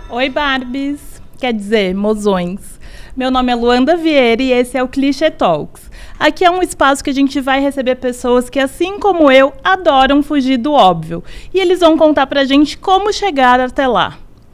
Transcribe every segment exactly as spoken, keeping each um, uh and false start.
Oi, Barbies. Quer dizer, mozões. Meu nome é Luanda Vieira e esse é o Clichê Talks. Aqui é um espaço que a gente vai receber pessoas que, assim como eu, adoram fugir do óbvio. E eles vão contar pra gente como chegar até lá.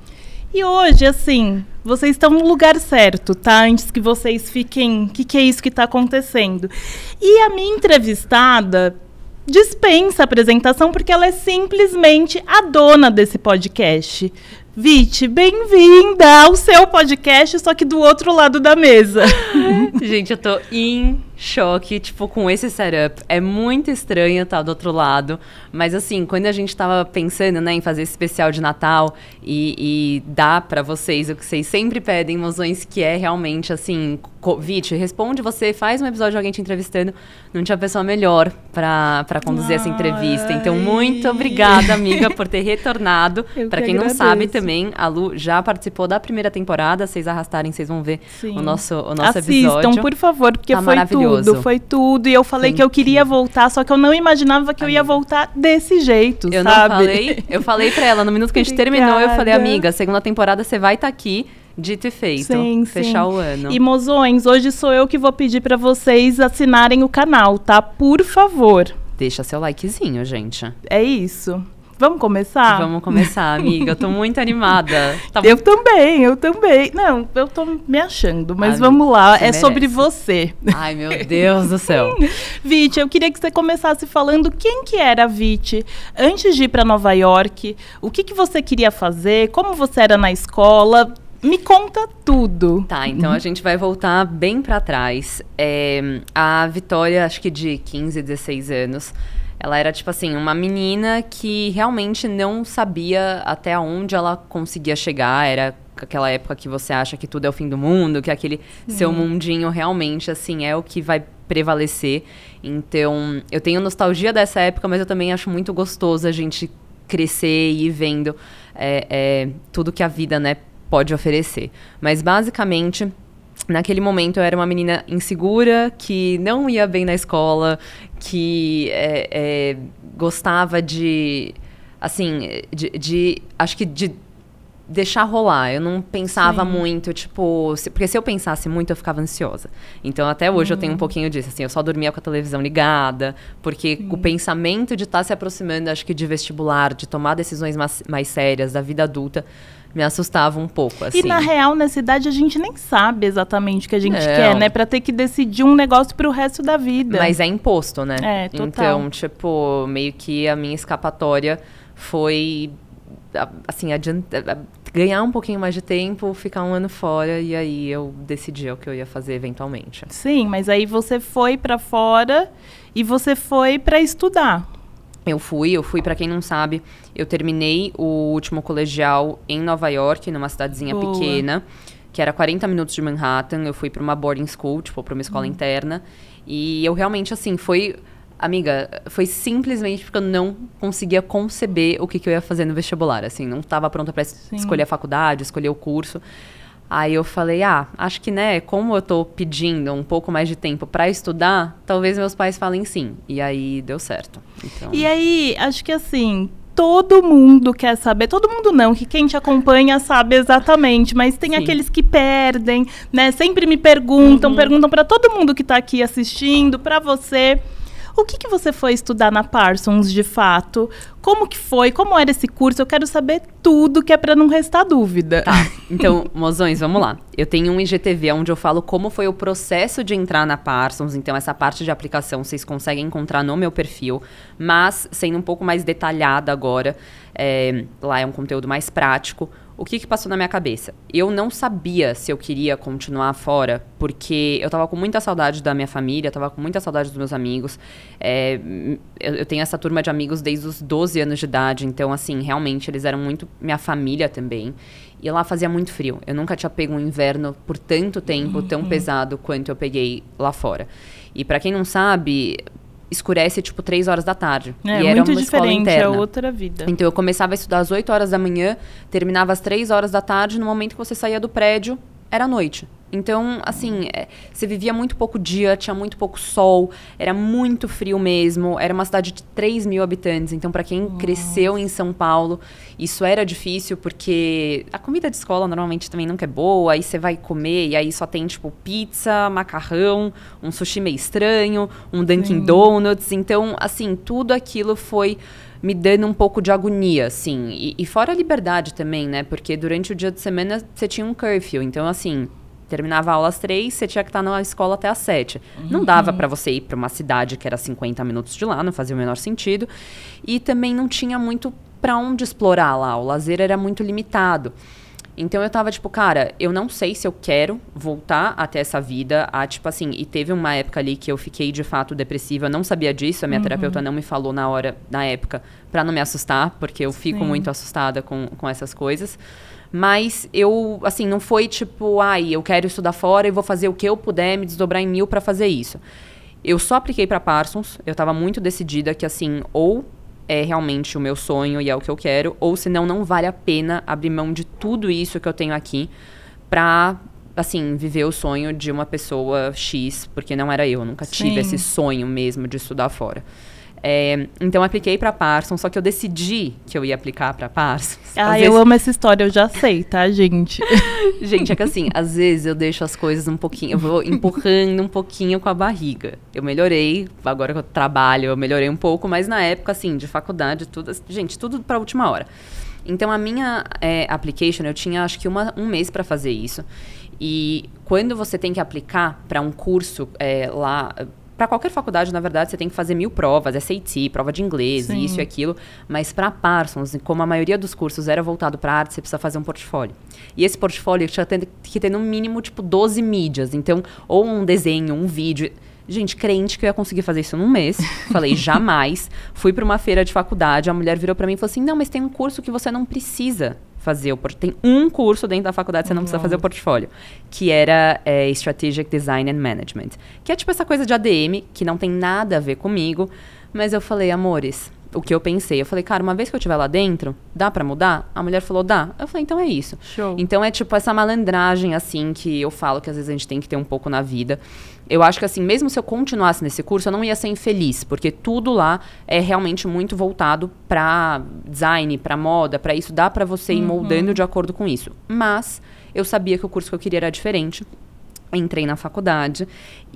E hoje, assim, vocês estão no lugar certo, tá? Antes que vocês fiquem... O que, que é isso que tá acontecendo? E a minha entrevistada dispensa a apresentação porque ela é simplesmente a dona desse podcast. Viti, bem-vinda ao seu podcast, só que do outro lado da mesa. Gente, eu tô em choque, tipo, com esse setup. É muito estranho estar do outro lado, mas assim, quando a gente tava pensando, né, em fazer esse especial de Natal e, e dar pra vocês o que vocês sempre pedem, mozões, que é realmente, assim, Viti, responde você, faz um episódio de alguém te entrevistando, não tinha pessoa melhor pra, pra conduzir Ai. essa entrevista. Então, muito obrigada, amiga, por ter retornado. Eu pra que quem agradeço. Não sabe também, a Lu já participou da primeira temporada, vocês arrastarem, vocês vão ver Sim. o nosso, o nosso Assistam, episódio. Assistam, por favor, porque tá foi tudo, foi tudo. E eu falei foi que eu queria voltar, só que eu não imaginava que amiga. eu ia voltar desse jeito, eu sabe? Não falei, eu falei pra ela, no minuto que a gente Obrigada. terminou, eu falei, amiga, segunda temporada você vai estar tá aqui. Dito e feito, sim, fechar sim. o ano. E, mozões, hoje sou eu que vou pedir pra vocês assinarem o canal, tá? Por favor. Deixa seu likezinho, gente. É isso. Vamos começar? Vamos começar, amiga. Eu tô muito animada. Tá eu muito... também, eu também. Não, eu tô me achando, mas ah, vamos lá. É merece. Sobre você. Ai, meu Deus do céu. Viti, eu queria que você começasse falando quem que era a Viti antes de ir pra Nova York, o que que você queria fazer, como você era na escola... Me conta tudo. Tá, então a gente vai voltar bem pra trás. É, a Vitória, acho que de quinze, dezesseis anos, ela era, tipo assim, uma menina que realmente não sabia até onde ela conseguia chegar. Era aquela época que você acha que tudo é o fim do mundo, que aquele Sim. seu mundinho realmente, assim, é o que vai prevalecer. Então, eu tenho nostalgia dessa época, mas eu também acho muito gostoso a gente crescer e ir vendo é, é, tudo que a vida, né, pode oferecer. Mas, basicamente, naquele momento eu era uma menina insegura, que não ia bem na escola, que é, é, gostava de, assim, de, de, acho que de deixar rolar. Eu não pensava Sim. muito, tipo... Se, porque se eu pensasse muito, eu ficava ansiosa. Então, até hoje, uhum. eu tenho um pouquinho disso. Assim, eu só dormia com a televisão ligada, porque Sim. o pensamento de estar tá se aproximando, acho que de vestibular, de tomar decisões mais, mais sérias da vida adulta, me assustava um pouco, assim. E, na real, nessa idade, a gente nem sabe exatamente o que a gente Não. quer, né? Pra ter que decidir um negócio pro resto da vida. Mas é imposto, né? É, total. Então, tipo, meio que a minha escapatória foi, assim, adianta, ganhar um pouquinho mais de tempo, ficar um ano fora, e aí eu decidi o que eu ia fazer eventualmente. Sim, mas aí você foi pra fora e você foi pra estudar. Eu fui, eu fui, pra quem não sabe, eu terminei o último colegial em Nova York, numa cidadezinha Boa. pequena, que era quarenta minutos de Manhattan. Eu fui pra uma boarding school, tipo, pra uma escola hum. interna. E eu realmente, assim, foi... Amiga, foi simplesmente porque eu não conseguia conceber o que, que eu ia fazer no vestibular, assim. Não estava pronta pra Sim. escolher a faculdade, escolher o curso. Aí eu falei, ah, acho que, né, como eu tô pedindo um pouco mais de tempo pra estudar, talvez meus pais falem sim. E aí deu certo. Então... E aí, acho que assim, todo mundo quer saber, todo mundo não, que quem te acompanha sabe exatamente, mas tem sim. aqueles que perdem, né, sempre me perguntam, uhum. perguntam pra todo mundo que tá aqui assistindo, pra você... O que, que você foi estudar na Parsons, de fato? Como que foi? Como era esse curso? Eu quero saber tudo, que é para não restar dúvida. Tá, então, mozões, vamos lá. Eu tenho um I G T V onde eu falo como foi o processo de entrar na Parsons. Então, essa parte de aplicação vocês conseguem encontrar no meu perfil. Mas, sendo um pouco mais detalhada agora, é, lá é um conteúdo mais prático. O que que passou na minha cabeça? Eu não sabia se eu queria continuar fora, porque eu tava com muita saudade da minha família, tava com muita saudade dos meus amigos. É, eu, eu tenho essa turma de amigos desde os doze anos de idade, então, assim, realmente, eles eram muito minha família também. E lá fazia muito frio. Eu nunca tinha pego um inverno por tanto tempo, tão uhum. pesado quanto eu peguei lá fora. E pra quem não sabe... escurece, tipo, três horas da tarde. É, e era muito uma escola diferente, interna. é outra vida. Então, eu começava a estudar às oito horas da manhã, terminava às três horas da tarde, no momento que você saía do prédio, era noite. Então, assim, é, você vivia muito pouco dia, tinha muito pouco sol, era muito frio mesmo, era uma cidade de três mil habitantes. Então, para quem Nossa. cresceu em São Paulo, isso era difícil, porque a comida de escola normalmente também nunca é boa, aí você vai comer e aí só tem, tipo, pizza, macarrão, um sushi meio estranho, um Dunkin' Sim. Donuts. Então, assim, tudo aquilo foi me dando um pouco de agonia, assim. E, e fora a liberdade também, né? Porque durante o dia de semana você tinha um curfew, então, assim... Terminava a aula às três, você tinha que estar na escola até às sete. Uhum. Não dava para você ir para uma cidade que era cinquenta minutos de lá, não fazia o menor sentido. E também não tinha muito para onde explorar lá, o lazer era muito limitado. Então eu tava tipo, cara, eu não sei se eu quero voltar até essa vida, a, tipo assim, e teve uma época ali que eu fiquei de fato depressiva, eu não sabia disso, a minha uhum. terapeuta não me falou na hora, na época, para não me assustar, porque eu fico Sim. muito assustada com, com essas coisas. Mas eu, assim, não foi tipo, ai, eu quero estudar fora e vou fazer o que eu puder, me desdobrar em mil para fazer isso. Eu só apliquei para Parsons, eu estava muito decidida que, assim, ou é realmente o meu sonho e é o que eu quero, ou senão não vale a pena abrir mão de tudo isso que eu tenho aqui pra, assim, viver o sonho de uma pessoa X, porque não era eu, nunca Sim. tive esse sonho mesmo de estudar fora. É, então, eu apliquei para Parsons, só que eu decidi que eu ia aplicar para Parsons. Ah, às eu vezes... amo essa história, eu já sei, tá, gente? Gente, é que assim, às vezes eu deixo as coisas um pouquinho, eu vou empurrando um pouquinho com a barriga. Eu melhorei, agora que eu trabalho, eu melhorei um pouco, mas na época, assim, de faculdade, tudo, gente, tudo para a última hora. Então, a minha é, application, eu tinha acho que uma, um mês para fazer isso. E quando você tem que aplicar para um curso é, lá... Para qualquer faculdade, na verdade, você tem que fazer mil provas, S A T, prova de inglês, Sim. isso e aquilo. Mas para Parsons, como a maioria dos cursos era voltado para arte, você precisa fazer um portfólio. E esse portfólio tinha que ter no mínimo, tipo, doze mídias. Então, ou um desenho, um vídeo... Gente, crente que eu ia conseguir fazer isso num mês. Falei, jamais. Fui para uma feira de faculdade, a mulher virou para mim e falou assim, não, mas tem um curso que você não precisa fazer. O tem um curso dentro da faculdade que você não precisa fazer o portfólio. Que era é, Strategic Design and Management. Que é tipo essa coisa de A D M, que não tem nada a ver comigo. Mas eu falei, amores... O que eu pensei, eu falei, cara, uma vez que eu estiver lá dentro, dá pra mudar? A mulher falou, dá. Eu falei, então é isso. Show. Então é tipo essa malandragem, assim, que eu falo que às vezes a gente tem que ter um pouco na vida. Eu acho que, assim, mesmo se eu continuasse nesse curso, eu não ia ser infeliz, porque tudo lá é realmente muito voltado pra design, pra moda, pra isso. Dá pra você ir uhum. moldando de acordo com isso. Mas eu sabia que o curso que eu queria era diferente. Entrei na faculdade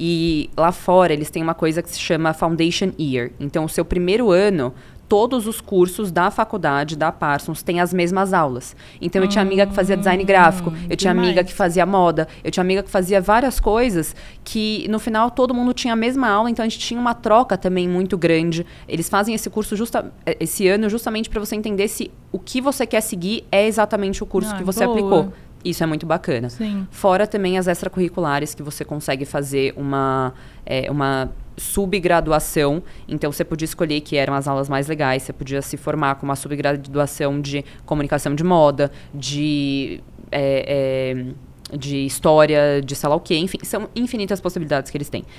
e lá fora eles têm uma coisa que se chama Foundation Year. Então, o seu primeiro ano, todos os cursos da faculdade, da Parsons, têm as mesmas aulas. Então, eu tinha amiga que fazia design gráfico, eu tinha demais. amiga que fazia moda, eu tinha amiga que fazia várias coisas que, no final, todo mundo tinha a mesma aula. Então, a gente tinha uma troca também muito grande. Eles fazem esse curso, justa, esse ano, justamente para você entender se o que você quer seguir é exatamente o curso ah, que você boa. aplicou. Isso é muito bacana. Sim. Fora também as extracurriculares, que você consegue fazer uma, é, uma subgraduação. Então, você podia escolher que eram as aulas mais legais. Você podia se formar com uma subgraduação de comunicação de moda, de, é, é, de história, de sei lá o quê. Enfim, são infinitas possibilidades que eles têm.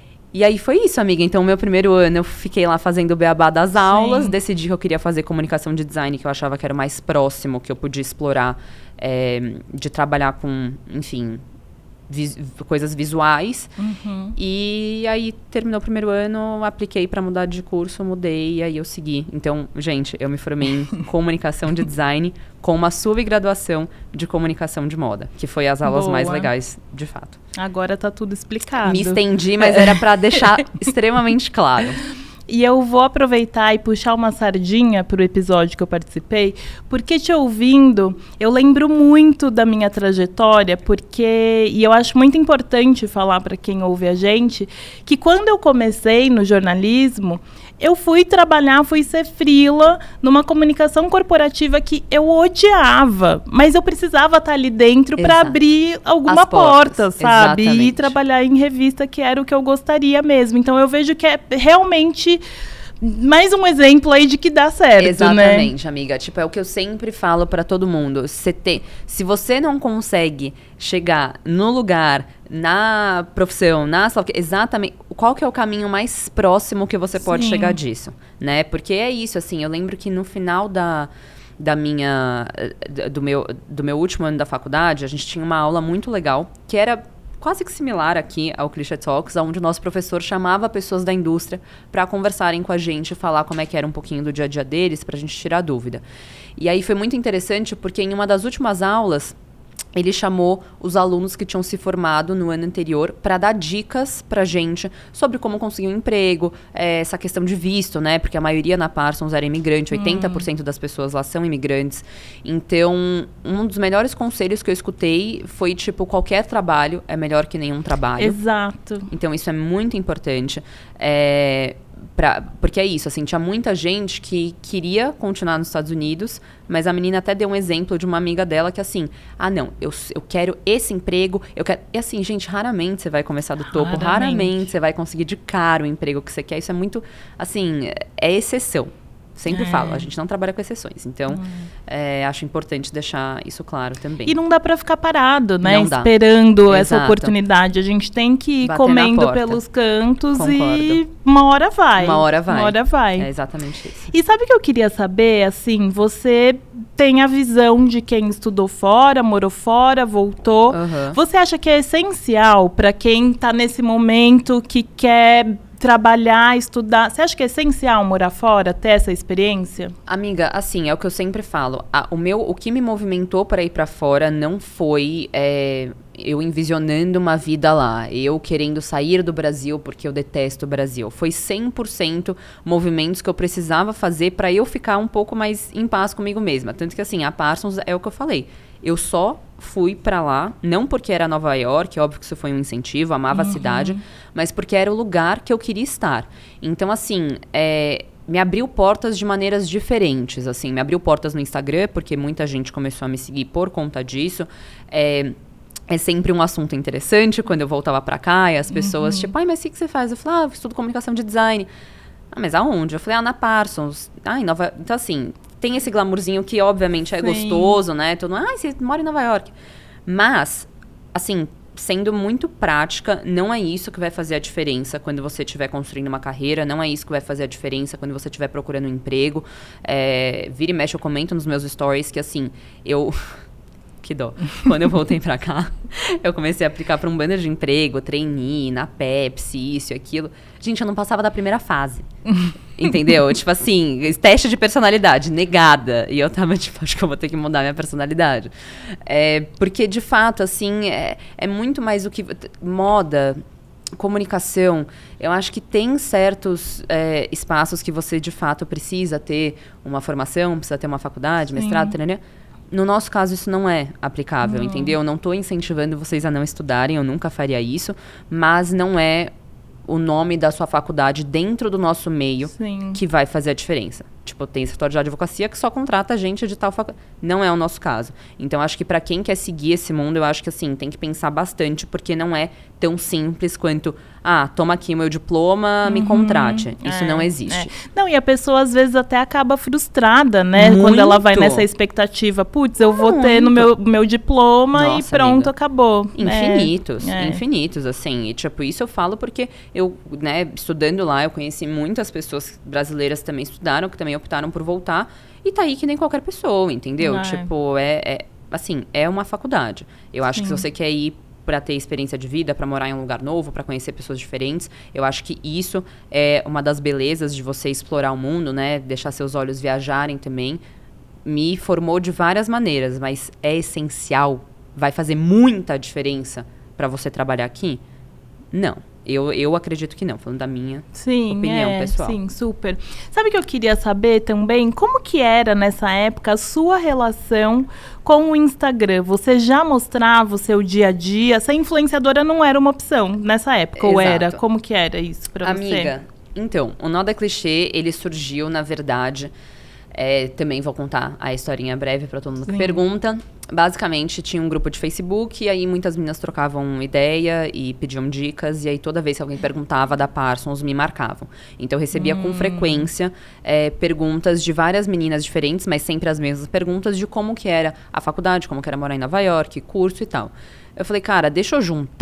E aí foi isso, amiga. Então, meu primeiro ano, eu fiquei lá fazendo o beabá das aulas. Sim. Decidi que eu queria fazer comunicação de design, que eu achava que era o mais próximo, que eu podia explorar, é, de trabalhar com, enfim, vis- coisas visuais. Uhum. E aí, terminou o primeiro ano, apliquei para mudar de curso, mudei, e aí eu segui. Então, gente, eu me formei em comunicação de design com uma subgraduação de comunicação de moda, que foi as aulas Boa. mais legais, de fato. Agora tá tudo explicado. Me estendi, mas era para deixar extremamente claro. E eu vou aproveitar e puxar uma sardinha pro episódio que eu participei, porque te ouvindo, eu lembro muito da minha trajetória, porque, e eu acho muito importante falar para quem ouve a gente, que quando eu comecei no jornalismo, eu fui trabalhar, fui ser freela numa comunicação corporativa que eu odiava, mas eu precisava estar ali dentro para abrir alguma porta, sabe? Exatamente. E trabalhar em revista, que era o que eu gostaria mesmo. Então, eu vejo que é realmente mais um exemplo aí de que dá certo, Exatamente, né? amiga. Tipo, é o que eu sempre falo pra todo mundo. Você tem, se você não consegue chegar no lugar, na profissão, na exatamente, qual que é o caminho mais próximo que você pode Sim. chegar disso, né? Porque é isso, assim, eu lembro que no final da da minha, do meu, do meu último ano da faculdade, a gente tinha uma aula muito legal, que era quase que similar aqui ao Cliché Talks, onde o nosso professor chamava pessoas da indústria para conversarem com a gente, falar como é que era um pouquinho do dia a dia deles, para a gente tirar dúvida. E aí foi muito interessante, porque em uma das últimas aulas, ele chamou os alunos que tinham se formado no ano anterior para dar dicas pra gente sobre como conseguir um emprego, é, essa questão de visto, né? Porque a maioria na Parsons era imigrante, oitenta por cento das pessoas lá são imigrantes. Então, um dos melhores conselhos que eu escutei foi, tipo, qualquer trabalho é melhor que nenhum trabalho. Exato. Então, isso é muito importante. É... Pra, porque é isso, assim, tinha muita gente que queria continuar nos Estados Unidos, mas a menina até deu um exemplo de uma amiga dela que assim, ah não, eu, eu quero esse emprego, eu quero... E assim, gente, raramente você vai começar do topo, raramente. raramente você vai conseguir de cara o emprego que você quer, isso é muito, assim, é exceção. Sempre é. falo, a gente não trabalha com exceções. Então, hum. é, acho importante deixar isso claro também. E não dá para ficar parado, né? Não Esperando dá. essa Exato. oportunidade. A gente tem que ir Bater comendo pelos cantos. Concordo. E uma hora vai. Uma hora vai. Uma hora vai. É exatamente isso. E sabe o que eu queria saber? Assim, você tem a visão de quem estudou fora, morou fora, voltou. Uhum. Você acha que é essencial para quem está nesse momento que quer trabalhar, estudar? Você acha que é essencial morar fora, ter essa experiência? Amiga, assim, é o que eu sempre falo. A, o, meu, o que me movimentou para ir para fora não foi é, eu envisionando uma vida lá, eu querendo sair do Brasil porque eu detesto o Brasil. Foi cem por cento movimentos que eu precisava fazer para eu ficar um pouco mais em paz comigo mesma. Tanto que, assim, a Parsons é o que eu falei. Eu só fui pra lá, não porque era Nova York, óbvio que isso foi um incentivo, amava uhum. a cidade, mas porque era o lugar que eu queria estar. Então, assim, é, me abriu portas de maneiras diferentes, assim, me abriu portas no Instagram, porque muita gente começou a me seguir por conta disso. É, é sempre um assunto interessante quando eu voltava pra cá, e as pessoas, uhum. tipo, ai, mas o que você faz? Eu falei, ah, eu estudo comunicação de design. Ah, mas aonde? Eu falei, ah, na Parsons. Ah, em Nova... Então, assim... Tem esse glamourzinho que, obviamente, é Sim. gostoso, né? Todo mundo, ah, você mora em Nova York. Mas, assim, sendo muito prática, não é isso que vai fazer a diferença quando você estiver construindo uma carreira, não é isso que vai fazer a diferença quando você estiver procurando um emprego. É, vira e mexe, eu comento nos meus stories que, assim, eu... Que dó. Quando eu voltei pra cá, eu comecei a aplicar pra um bando de emprego, trainee, na Pepsi, isso e aquilo. Gente, eu não passava da primeira fase. Entendeu? Tipo assim, teste de personalidade, negada. E eu tava tipo, acho que eu vou ter que mudar minha personalidade. É, porque, de fato, assim, é, é muito mais o que... Moda, comunicação, eu acho que tem certos é, espaços que você, de fato, precisa ter uma formação, precisa ter uma faculdade, mestrado, treinamento. No nosso caso, isso não é aplicável, não. entendeu? Eu não estou incentivando vocês a não estudarem, eu nunca faria isso, mas não é o nome da sua faculdade dentro do nosso meio Sim. que vai fazer a diferença. Tipo, tem escritório de advocacia que só contrata gente de tal faculdade. Não é o nosso caso. Então, acho que para quem quer seguir esse mundo, eu acho que, assim, tem que pensar bastante, porque não é tão simples quanto, ah, toma aqui o meu diploma, uhum, me contrate. Isso é, não existe. É. Não, e a pessoa, às vezes, até acaba frustrada, né? Muito. Quando ela vai nessa expectativa, putz, eu Muito. vou ter no meu, meu diploma Nossa, e pronto, amiga. acabou. Infinitos, é. infinitos, assim. E, tipo, isso eu falo porque eu, né, estudando lá, eu conheci muitas pessoas brasileiras que também estudaram, que também optaram por voltar, e tá aí que nem qualquer pessoa, entendeu? É. Tipo, é, é, assim, é uma faculdade. Eu acho Sim. que se você quer ir para ter experiência de vida, para morar em um lugar novo, para conhecer pessoas diferentes, eu acho que isso é uma das belezas de você explorar o mundo, né? Deixar seus olhos viajarem também. Me formou de várias maneiras, mas é essencial, vai fazer muita diferença para você trabalhar aqui? Não. Eu, eu acredito que não, falando da minha sim, opinião é, pessoal. Sim, super. Sabe o que eu queria saber também? Como que era, nessa época, a sua relação com o Instagram? Você já mostrava o seu dia a dia? Ser influenciadora não era uma opção nessa época, Exato. ou era? Como que era isso pra você? Amiga, então, o Nó da Clichê, ele surgiu, na verdade... É, também vou contar a historinha breve para todo mundo Sim. que pergunta. Basicamente, tinha um grupo de Facebook, e aí muitas meninas trocavam ideia e pediam dicas, e aí toda vez que alguém perguntava da Parsons, me marcavam. Então, eu recebia hum. com frequência é, perguntas de várias meninas diferentes, mas sempre as mesmas perguntas de como que era a faculdade, como que era morar em Nova York, curso e tal. Eu falei, cara, deixa eu juntar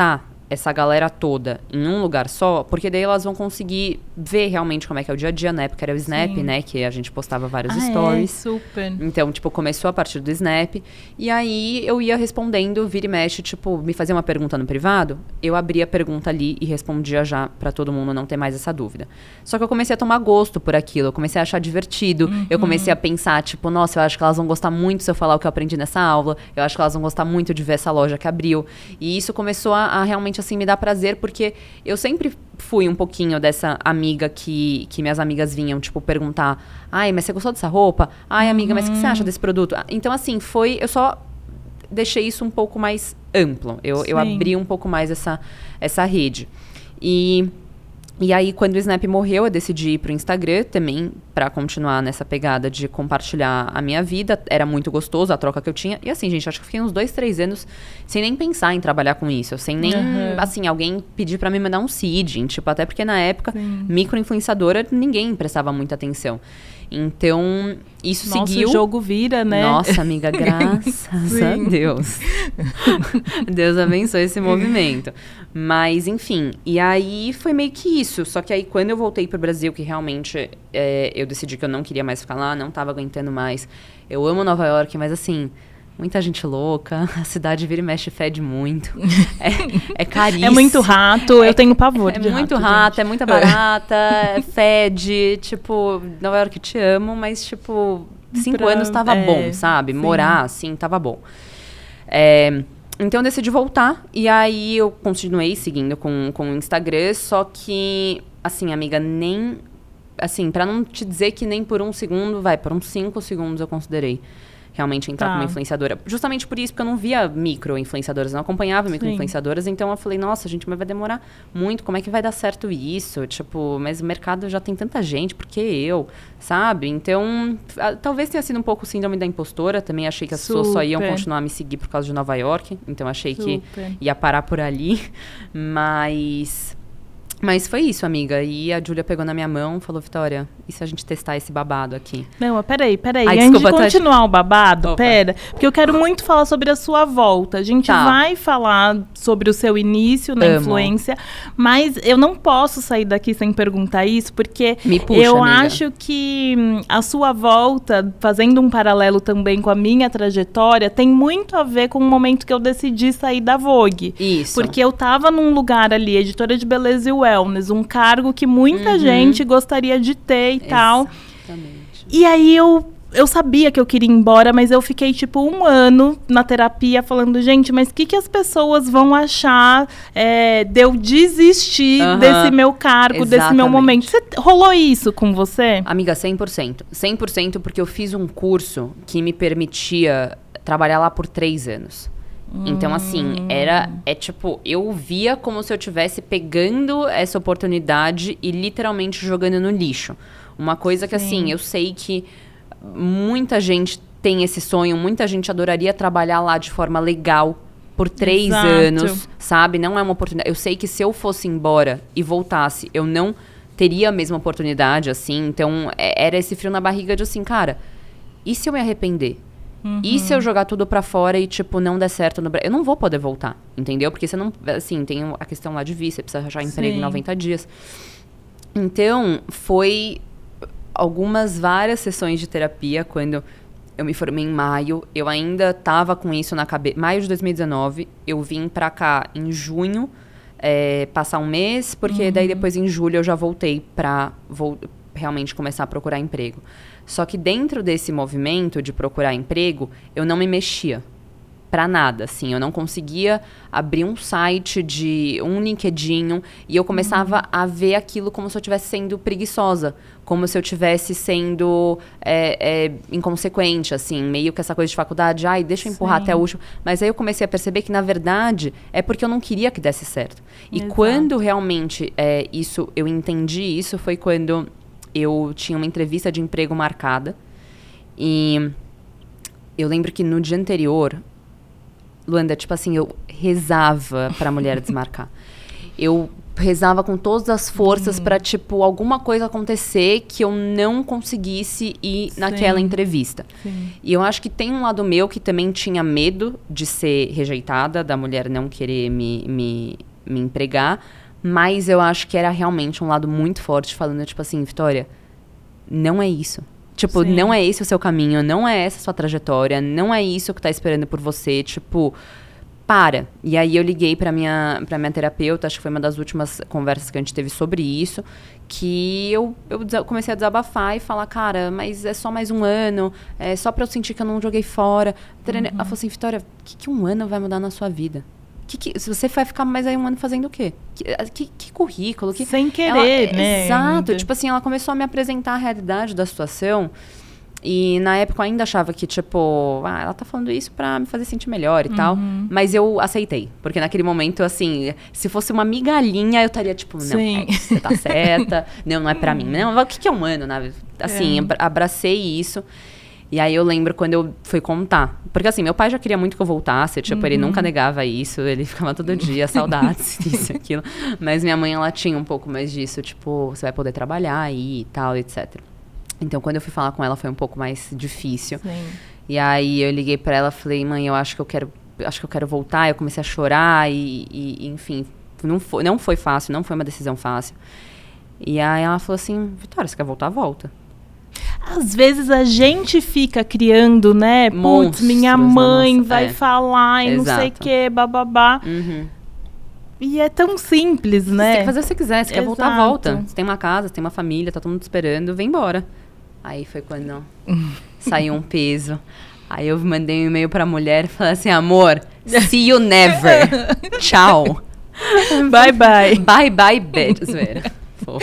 essa galera toda em um lugar só, porque daí elas vão conseguir ver realmente como é que é o dia a dia. Na época era o Snap, Sim. né? Que a gente postava vários ah, stories. É, super. Então, tipo, começou a partir do Snap. E aí, eu ia respondendo, vira e mexe, tipo, me fazia uma pergunta no privado, eu abria a pergunta ali e respondia já pra todo mundo não ter mais essa dúvida. Só que eu comecei a tomar gosto por aquilo, eu comecei a achar divertido, uhum. eu comecei a pensar, tipo, nossa, eu acho que elas vão gostar muito se eu falar o que eu aprendi nessa aula, eu acho que elas vão gostar muito de ver essa loja que abriu. E isso começou a, a realmente, assim, me dar prazer, porque eu sempre fui um pouquinho dessa amiga que, que minhas amigas vinham, tipo, perguntar, ai, mas você gostou dessa roupa? Ai, amiga, mas o que você acha desse produto? Então, assim, foi, eu só deixei isso um pouco mais amplo, eu, eu abri um pouco mais essa, essa rede. E... E aí, quando o Snap morreu, eu decidi ir pro Instagram também, pra continuar nessa pegada de compartilhar a minha vida. Era muito gostoso a troca que eu tinha. E assim, gente, acho que eu fiquei uns dois, três anos sem nem pensar em trabalhar com isso. Sem nem, uhum. assim, alguém pedir pra me mandar um seeding. Tipo, até porque na época, micro-influenciadora, ninguém prestava muita atenção. Então, isso Nossa, seguiu... o jogo vira, né? Nossa, amiga, graças a Deus. Deus abençoe esse movimento. Mas, enfim, e aí foi meio que isso. Só que aí, quando eu voltei pro Brasil, que realmente é, eu decidi que eu não queria mais ficar lá, não tava aguentando mais. Eu amo Nova York, mas assim... Muita gente louca, a cidade vira e mexe, fede muito. É, é caríssimo. É muito rato, é, eu tenho pavor é de rato. É muito rato, rato, é muita barata, é. fede. Tipo, Nova York, te amo, mas, tipo, cinco pra, anos tava é, bom, sabe? Sim. Morar, assim, tava bom. É, então, eu decidi voltar. E aí, eu continuei seguindo com, com o Instagram. Só que, assim, amiga, nem... Assim, pra não te dizer que nem por um segundo, vai, por uns cinco segundos eu considerei realmente entrar tá. como influenciadora. Justamente por isso, porque eu não via micro-influenciadoras, não acompanhava micro-influenciadoras, então eu falei, nossa, gente, mas vai demorar muito, como é que vai dar certo isso? Tipo, mas o mercado já tem tanta gente, por que eu? Sabe? Então, a, talvez tenha sido um pouco síndrome da impostora, também achei que as Super. pessoas só iam continuar a me seguir por causa de Nova York, então achei Super. que ia parar por ali, mas... Mas foi isso, amiga. E a Júlia pegou na minha mão e falou, Vitória, e se a gente testar esse babado aqui? Não, mas peraí, peraí. Ai, Antes desculpa, de continuar tá... o babado, Opa. pera. Porque eu quero muito falar sobre a sua volta. A gente tá. vai falar sobre o seu início na Amo. influência, mas eu não posso sair daqui sem perguntar isso, porque Me puxa, eu amiga. acho que a sua volta, fazendo um paralelo também com a minha trajetória, tem muito a ver com o momento que eu decidi sair da Vogue. Isso. Porque eu tava num lugar ali, editora de beleza e wellness, um cargo que muita uhum. gente gostaria de ter e Exatamente. tal. E aí eu, eu sabia que eu queria ir embora, mas eu fiquei tipo um ano na terapia falando, gente, mas o que, que as pessoas vão achar é, de eu desistir uhum. desse meu cargo, Exatamente. desse meu momento? Você, rolou isso com você? Amiga, cem por cento. cem por cento porque eu fiz um curso que me permitia trabalhar lá por três anos. Então, assim, era, é tipo, eu via como se eu estivesse pegando essa oportunidade e literalmente jogando no lixo. Uma coisa que, Sim. assim, eu sei que muita gente tem esse sonho, muita gente adoraria trabalhar lá de forma legal por três Exato. anos, sabe? Não é uma oportunidade. Eu sei que se eu fosse embora e voltasse, eu não teria a mesma oportunidade, assim. Então, é, era esse frio na barriga de, assim, cara, e se eu me arrepender? Uhum. E se eu jogar tudo pra fora e, tipo, não der certo no Brasil? Eu não vou poder voltar, entendeu? Porque você não... Assim, tem a questão lá de visto, você precisa achar emprego Sim. em noventa dias. Então, foi algumas, várias sessões de terapia quando eu me formei em maio. Eu ainda tava com isso na cabeça. Maio de dois mil e dezenove, eu vim pra cá em junho, é, passar um mês, porque uhum. daí depois em julho eu já voltei pra vou, realmente começar a procurar emprego. Só que dentro desse movimento de procurar emprego, eu não me mexia pra nada, assim. Eu não conseguia abrir um site, de um LinkedIn, e eu começava uhum. a ver aquilo como se eu estivesse sendo preguiçosa, como se eu estivesse sendo é, é, inconsequente, assim, meio que essa coisa de faculdade, ai, deixa eu empurrar Sim. até o último. Mas aí eu comecei a perceber que, na verdade, é porque eu não queria que desse certo. E Exato. quando realmente é, isso, eu entendi isso, foi quando... eu tinha uma entrevista de emprego marcada e eu lembro que no dia anterior, Luanda, tipo assim, eu rezava pra mulher desmarcar. Eu rezava com todas as forças uhum. pra, tipo, alguma coisa acontecer que eu não conseguisse ir Sim. naquela entrevista. Sim. E eu acho que tem um lado meu que também tinha medo de ser rejeitada, da mulher não querer me... me me empregar, mas eu acho que era realmente um lado muito forte, falando, tipo assim, Vitória, não é isso. Tipo, Sim. não é esse o seu caminho, não é essa a sua trajetória, não é isso que tá esperando por você, tipo, para. E aí eu liguei pra minha, pra minha terapeuta, acho que foi uma das últimas conversas que a gente teve sobre isso, que eu, eu comecei a desabafar e falar, cara, mas é só mais um ano, é só pra eu sentir que eu não joguei fora. Uhum. Ela falou assim, Vitória, o que, que um ano vai mudar na sua vida? Que, que, se você vai ficar mais aí um ano fazendo o quê? Que, que, que currículo? Que... Sem querer, ela, né? Exato. Tipo assim, ela começou a me apresentar a realidade da situação. E na época eu ainda achava que, tipo, ah, ela tá falando isso pra me fazer sentir melhor e uhum. tal. Mas eu aceitei. Porque naquele momento, assim, se fosse uma migalhinha, eu estaria, tipo, não, Sim. é, você tá certa. Não, não é pra mim. Não, o que, que é um ano, né? Assim, é. abracei isso. E aí eu lembro quando eu fui contar. Porque assim, meu pai já queria muito que eu voltasse. Tipo, uhum. ele nunca negava isso. Ele ficava todo dia, saudades, isso e aquilo. Mas minha mãe, ela tinha um pouco mais disso. Tipo, você vai poder trabalhar aí e tal, etcétera. Então, quando eu fui falar com ela, foi um pouco mais difícil. Sim. E aí eu liguei pra ela e falei, mãe, eu acho que eu quero, acho que eu quero voltar. Eu comecei a chorar e, e enfim, não foi, não foi fácil, não foi uma decisão fácil. E aí ela falou assim, Vitória, você quer voltar? Volta. Às vezes a gente fica criando, né? Putz, minha mãe vai é. falar e Exato. não sei o que, bababá. Uhum. E é tão simples, né? Você tem que fazer o que você quiser. Você Exato. quer voltar, volta. Você tem uma casa, você tem uma família, tá todo mundo esperando, vem embora. Aí foi quando saiu um peso. Aí eu mandei um e-mail pra mulher e falei assim, amor, see you never. Tchau. Bye, bye. Bye, bye, bitch. Fofa.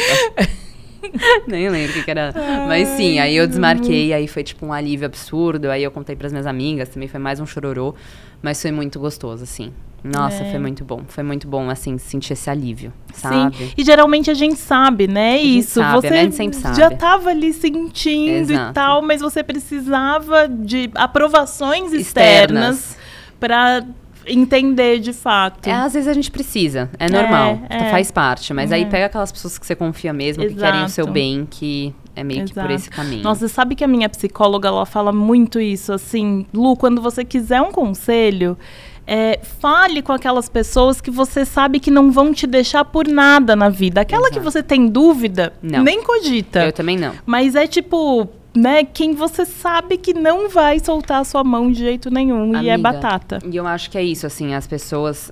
Nem lembro o que, que era. Ai, mas sim, aí eu desmarquei, aí foi tipo um alívio absurdo. Aí eu contei pras minhas amigas, também foi mais um chororô. Mas foi muito gostoso, assim. Nossa, é. foi muito bom. Foi muito bom, assim, sentir esse alívio, sabe? Sim, e geralmente a gente sabe, né? Isso, sabe, você a gente sempre sabe. já tava ali sentindo Exato. e tal, mas você precisava de aprovações externas, externas. pra entender de fato. É, às vezes a gente precisa, é normal, é, é. faz parte. Mas é. aí pega aquelas pessoas que você confia mesmo, Exato. que querem o seu bem, que é meio Exato. que por esse caminho. Nossa, sabe que a minha psicóloga, ela fala muito isso, assim, Lu, quando você quiser um conselho... É, fale com aquelas pessoas que você sabe que não vão te deixar por nada na vida. Aquela Exato. que você tem dúvida, não. nem cogita. Eu também não. Mas é tipo, né, quem você sabe que não vai soltar a sua mão de jeito nenhum. Amiga, e é batata. E eu acho que é isso, assim, as pessoas...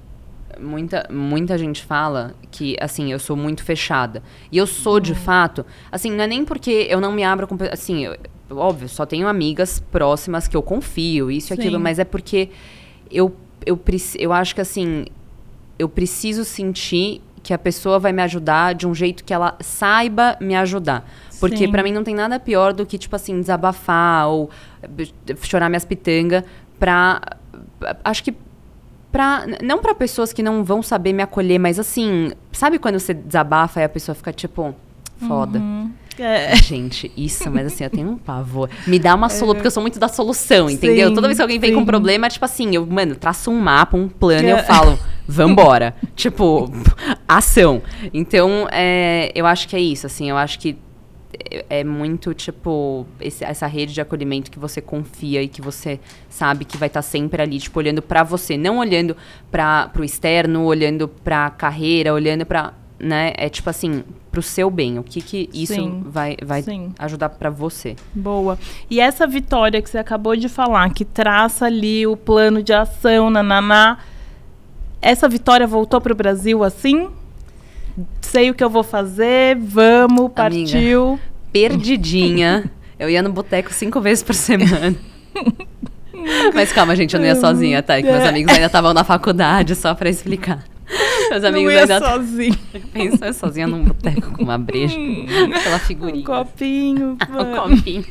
Muita, muita gente fala que, assim, eu sou muito fechada. E eu sou, hum. de fato... Assim, não é nem porque eu não me abro com... Assim, eu, óbvio, só tenho amigas próximas que eu confio, isso e aquilo. Mas é porque... Eu, eu, eu acho que, assim, eu preciso sentir que a pessoa vai me ajudar de um jeito que ela saiba me ajudar. Porque Sim. pra mim não tem nada pior do que, tipo assim, desabafar ou chorar minhas pitangas pra... Acho que pra... Não pra pessoas que não vão saber me acolher, mas assim... Sabe quando você desabafa e a pessoa fica, tipo... Foda. Uhum. É. Gente, isso, mas assim, eu tenho um pavor. Me dá uma solução, é. porque eu sou muito da solução, entendeu? Sim, Toda vez que alguém vem sim. com um problema, tipo assim, eu, mano, traço um mapa, um plano é. e eu falo, vambora. Tipo, ação. Então, é, eu acho que é isso, assim, eu acho que é muito, tipo, esse, essa rede de acolhimento que você confia e que você sabe que vai estar tá sempre ali, tipo, olhando pra você, não olhando pra, pro externo, olhando pra carreira, olhando pra... Né? É tipo assim, pro seu bem, o que que isso sim, vai, vai ajudar pra você. Boa. E essa Vitória que você acabou de falar, que traça ali o plano de ação, nananá, essa Vitória voltou pro Brasil assim? Sei o que eu vou fazer, vamos, partiu. Amiga, perdidinha. Eu ia no boteco cinco vezes por semana. Mas calma, gente, eu não ia sozinha, tá? Que meus amigos ainda estavam na faculdade, só pra explicar. Meus amigos não ia ainda sozinha. Pensa sozinha num boteco com uma breja, aquela figurinha. Um copinho. um copinho.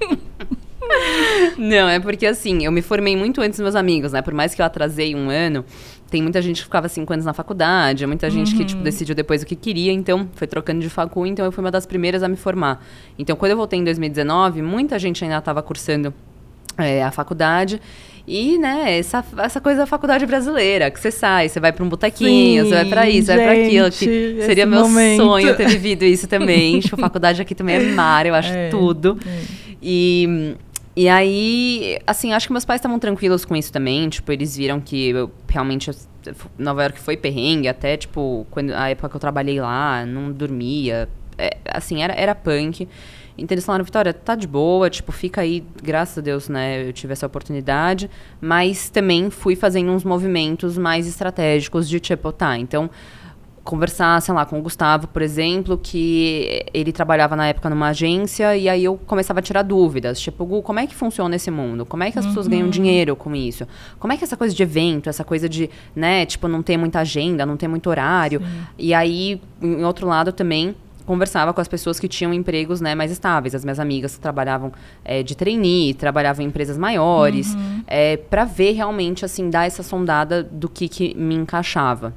Não, é porque assim, eu me formei muito antes dos meus amigos, né? Por mais que eu atrasei um ano, tem muita gente que ficava cinco anos na faculdade, muita gente uhum. que, tipo, decidiu depois o que queria, então foi trocando de facu, então eu fui uma das primeiras a me formar. Então, quando eu voltei em dois mil e dezenove, muita gente ainda estava cursando é, a faculdade. E, né, essa, essa coisa da faculdade brasileira, que você sai, você vai pra um botequinho, Sim, você vai pra isso, gente, vai pra aquilo. Que seria meu momento. sonho ter vivido isso também. Tipo, a faculdade aqui também é mar, eu acho é, tudo. É. E, e aí, assim, acho que meus pais estavam tranquilos com isso também. Tipo, eles viram que eu realmente Nova York foi perrengue, até, tipo, quando, a época que eu trabalhei lá, não dormia. É, assim, era, era punk. Então eles falaram, Vitória, tá de boa, tipo, fica aí, graças a Deus, né, eu tive essa oportunidade, mas também fui fazendo uns movimentos mais estratégicos de, tipo, tá, então, conversar, sei lá, com o Gustavo, por exemplo, que ele trabalhava na época numa agência, e aí eu começava a tirar dúvidas, tipo, Gu, como é que funciona esse mundo? Como é que as uhum. pessoas ganham dinheiro com isso? Como é que essa coisa de evento, essa coisa de, né, tipo, não ter muita agenda, não ter muito horário, Sim. e aí, em outro lado também, conversava com as pessoas que tinham empregos, né, mais estáveis, as minhas amigas que trabalhavam é, de trainee, trabalhavam em empresas maiores, uhum. é, para ver realmente, assim, dar essa sondada do que, que me encaixava.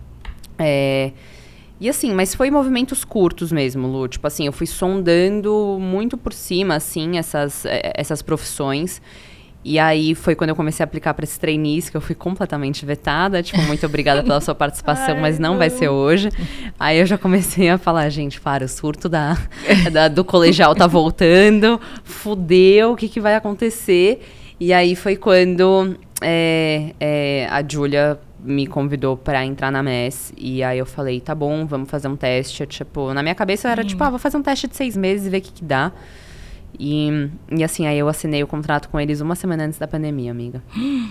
É, e assim, mas foi movimentos curtos mesmo, Lu, tipo assim, eu fui sondando muito por cima, assim, essas, essas profissões. E aí foi quando eu comecei a aplicar para esses trainees que eu fui completamente vetada. Tipo, muito obrigada pela sua participação, Ai, mas não, não vai ser hoje. Aí eu já comecei a falar, gente, para, o surto da, da, do colegial tá voltando. Fudeu, o que, que vai acontecer? E aí foi quando é, é, a Júlia me convidou para entrar na M E S. E aí eu falei, tá bom, vamos fazer um teste. Tipo, na minha cabeça era hum. tipo, ah, vou fazer um teste de seis meses e ver o que, que dá. E, e assim, aí eu assinei o contrato com eles uma semana antes da pandemia, amiga.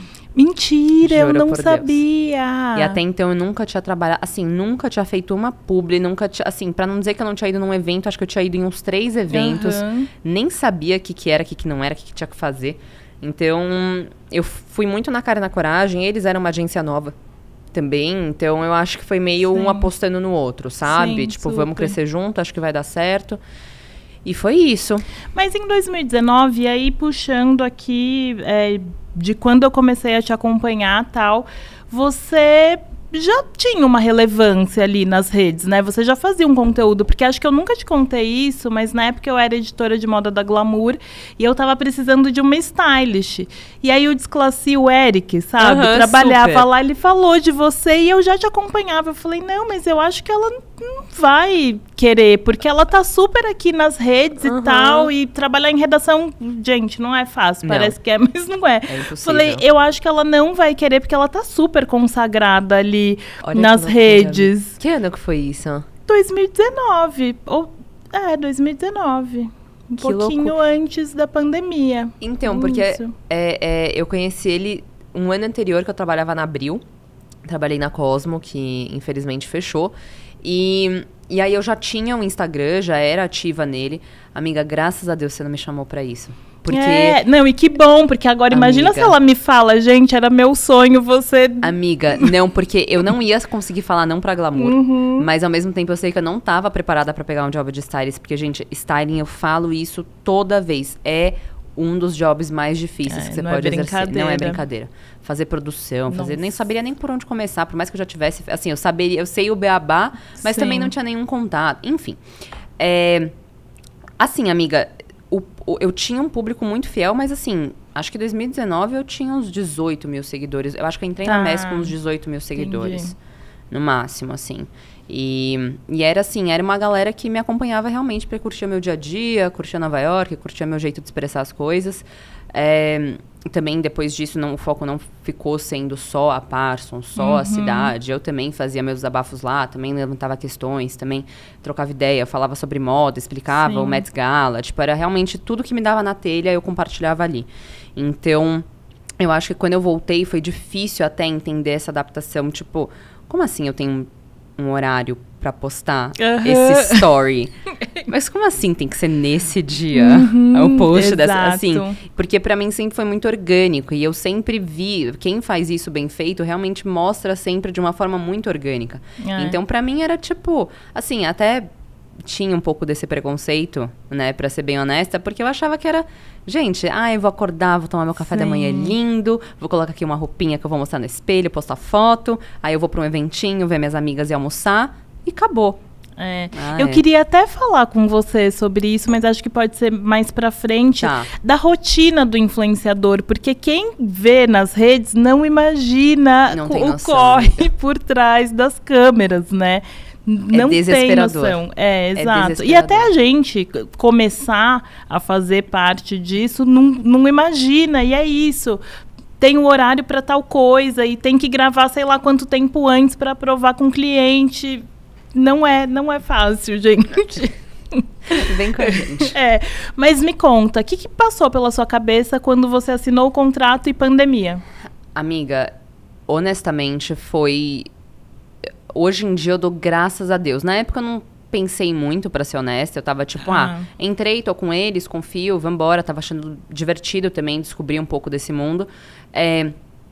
Mentira, Juro eu não por sabia. Deus. E até então eu nunca tinha trabalhado, assim, nunca tinha feito uma publi, nunca tinha, assim, pra não dizer que eu não tinha ido num evento, acho que eu tinha ido em uns três eventos, uhum. nem sabia o que que era, o que que não era, o que que tinha que fazer. Então, eu fui muito na cara e na coragem, eles eram uma agência nova também, então eu acho que foi meio Sim. um apostando no outro, sabe? Sim, tipo, super. Vamos crescer junto, acho que vai dar certo. E foi isso. Mas em dois mil e dezenove, aí puxando aqui é, de quando eu comecei a te acompanhar e tal, você já tinha uma relevância ali nas redes, né? Você já fazia um conteúdo, porque acho que eu nunca te contei isso, mas na época eu era editora de moda da Glamour e eu tava precisando de uma stylist. E aí o Desclassi, o Eric, sabe? Uhum, Trabalhava super. lá, ele falou de você e eu já te acompanhava. Eu falei, não, mas eu acho que ela não vai querer, porque ela tá super aqui nas redes uhum. e tal, e trabalhar em redação, gente, não é fácil, não. Parece que é, mas não é. É impossível. Falei, eu acho que ela não vai querer, porque ela tá super consagrada ali Olha nas redes. Que ano que foi isso? dois mil e dezenove. Ou, é, dois mil e dezenove. Um que pouquinho louco. Antes da pandemia. Então, porque é, é, eu conheci ele um ano anterior que eu trabalhava na Abril. Trabalhei na Cosmo, que infelizmente fechou. E, e aí eu já tinha um Instagram, já era ativa nele. Amiga, graças a Deus você não me chamou pra isso. Porque... É, não, e que bom, porque agora Amiga, imagina se ela me fala, gente, era meu sonho você... Amiga, não, porque eu não ia conseguir falar não pra Glamour, uhum. mas ao mesmo tempo eu sei que eu não tava preparada pra pegar um job de stylist, porque, gente, styling, eu falo isso toda vez, é um dos jobs mais difíceis é, que você pode é exercer. Não é brincadeira. Fazer produção, fazer, nem saberia nem por onde começar, por mais que eu já tivesse, assim, eu saberia, eu sei o beabá, mas Sim. também não tinha nenhum contato, enfim. É, assim, amiga... O, o, eu tinha um público muito fiel, mas assim, acho que em dois mil e dezenove eu tinha uns dezoito mil seguidores. Eu acho que eu entrei tá. na M E S com uns dezoito mil seguidores. Entendi. No máximo, assim. E, e era assim, era uma galera que me acompanhava realmente pra curtir meu dia a dia, curtir Nova York, curtir meu jeito de expressar as coisas. É, também, depois disso, não, o foco não ficou sendo só a Parsons, só uhum. a cidade. Eu também fazia meus desabafos lá, também levantava questões, também trocava ideia, falava sobre moda, explicava Sim. o Met Gala. Tipo, era realmente tudo que me dava na telha, eu compartilhava ali. Então, eu acho que quando eu voltei, foi difícil até entender essa adaptação. Tipo, como assim eu tenho um, um horário pra postar uhum. esse story? Mas como assim tem que ser nesse dia uhum, o post dessa, assim? Porque pra mim sempre foi muito orgânico e eu sempre vi, quem faz isso bem feito realmente mostra sempre de uma forma muito orgânica. É. Então pra mim era tipo, assim, até tinha um pouco desse preconceito, né, pra ser bem honesta, porque eu achava que era, gente, ah, eu vou acordar, vou tomar meu café Sim. da manhã lindo, vou colocar aqui uma roupinha que eu vou mostrar no espelho, postar foto, aí eu vou pra um eventinho, ver minhas amigas e almoçar, e acabou. É. Ah, eu é. queria até falar com você sobre isso, mas acho que pode ser mais pra frente, tá. da rotina do influenciador, porque quem vê nas redes não imagina não o, tem noção, corre amiga. por trás das câmeras, né? Não é tem noção. É, exato. É e até a gente começar a fazer parte disso, não, não imagina. E é isso. tem o horário para tal coisa e tem que gravar sei lá quanto tempo antes para aprovar com o cliente. Não é, não é fácil, gente. Vem com a gente. É, mas me conta, o que, que passou pela sua cabeça quando você assinou o contrato e pandemia? Amiga, honestamente, foi... Hoje em dia eu dou graças a Deus. Na época eu não pensei muito, pra ser honesta. Eu tava tipo, ah, ah entrei, tô com eles, confio, vambora. Tava achando divertido também descobrir um pouco desse mundo. É...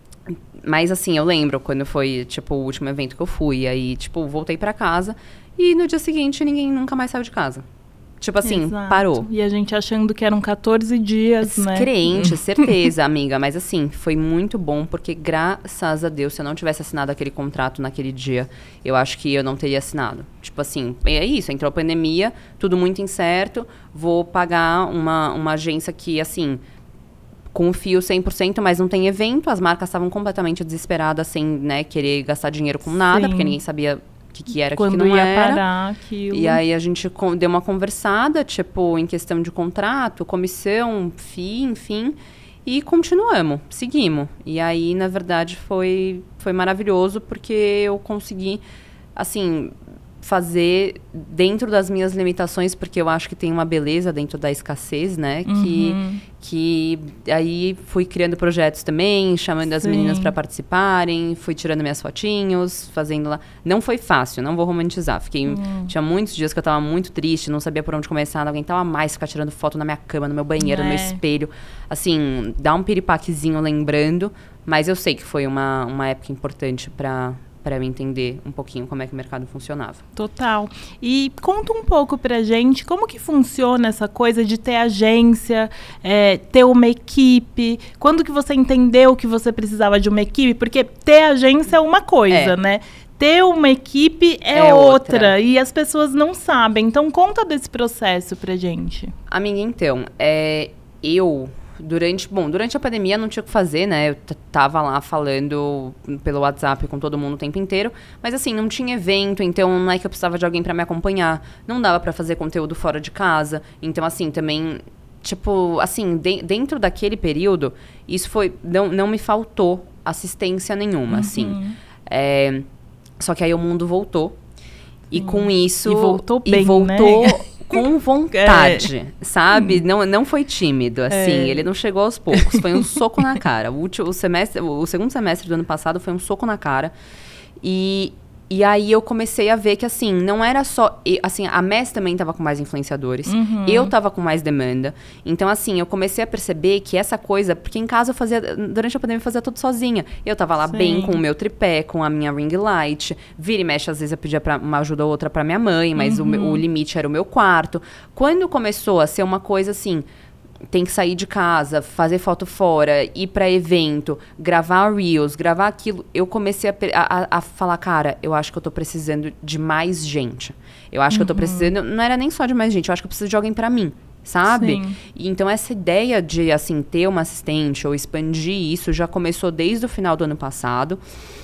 Mas assim, eu lembro quando foi, tipo, o último evento que eu fui. Aí, tipo, voltei pra casa e no dia seguinte ninguém nunca mais saiu de casa. Tipo assim, exato. Parou. E a gente achando que eram quatorze dias, né? Crente, certeza, amiga. Mas assim, foi muito bom, porque graças a Deus, se eu não tivesse assinado aquele contrato naquele dia, eu acho que eu não teria assinado. Tipo assim, é isso, entrou a pandemia, tudo muito incerto, vou pagar uma, uma agência que, assim... confio cem por cento, mas não tem evento. As marcas estavam completamente desesperadas, sem, né, querer gastar dinheiro com nada, Sim. porque ninguém sabia o que, que era, o que, que não ia era. Parar aquilo. E aí a gente com, deu uma conversada, tipo, em questão de contrato, comissão, F I I, enfim, e continuamos, seguimos. E aí, na verdade, foi, foi maravilhoso, porque eu consegui, assim... fazer dentro das minhas limitações, porque eu acho que tem uma beleza dentro da escassez, né? Uhum. Que, que aí fui criando projetos também, chamando Sim. as meninas para participarem, fui tirando minhas fotinhos, fazendo lá. Não foi fácil, não vou romantizar. Fiquei, uhum. Tinha muitos dias que eu tava muito triste, não sabia por onde começar, não aguentava mais ficar tirando foto na minha cama, no meu banheiro, é. no meu espelho. Assim, dá um piripaquezinho lembrando, mas eu sei que foi uma, uma época importante para... para eu entender um pouquinho como é que o mercado funcionava. Total. E conta um pouco pra gente como que funciona essa coisa de ter agência, é, ter uma equipe. Quando que você entendeu que você precisava de uma equipe? Porque ter agência é uma coisa, é. né? Ter uma equipe é, é outra. outra. E as pessoas não sabem. Então, conta desse processo pra gente. Amiga, então, é, eu... Durante, bom, durante a pandemia não tinha o que fazer, né? Eu t- tava lá falando pelo WhatsApp com todo mundo o tempo inteiro. Mas assim, não tinha evento, então não é que eu precisava de alguém pra me acompanhar. Não dava pra fazer conteúdo fora de casa. Então assim, também, tipo, assim, de- dentro daquele período, isso foi, não, não me faltou assistência nenhuma, uhum. assim. É, só que aí o mundo voltou. E hum. com isso... E voltou bem, e voltou, né? Com vontade, é. sabe? Não, não foi tímido, assim. É. Ele não chegou aos poucos. Foi um soco na cara. O, último, o, semestre, o segundo semestre do ano passado foi um soco na cara. E, e aí eu comecei a ver que, assim, não era só... Assim, a Mess também estava com mais influenciadores. Uhum. Eu estava com mais demanda. Então, assim, eu comecei a perceber que essa coisa... Porque em casa eu fazia... Durante a pandemia eu fazia tudo sozinha. Eu estava lá Sim. bem com o meu tripé, com a minha ring light. Vira e mexe, às vezes eu pedia pra, uma ajuda ou outra pra minha mãe. Mas uhum. o, o limite era o meu quarto. Quando começou a ser uma coisa, assim... Tem que sair de casa, fazer foto fora, ir pra evento, gravar Reels, gravar aquilo. Eu comecei a, a, a falar, cara, eu acho que eu tô precisando de mais gente. Eu acho uhum. que eu tô precisando... Não era nem só de mais gente, eu acho que eu preciso de alguém pra mim, sabe? Sim. E, então, essa ideia de, assim, ter uma assistente ou expandir isso já começou desde o final do ano passado.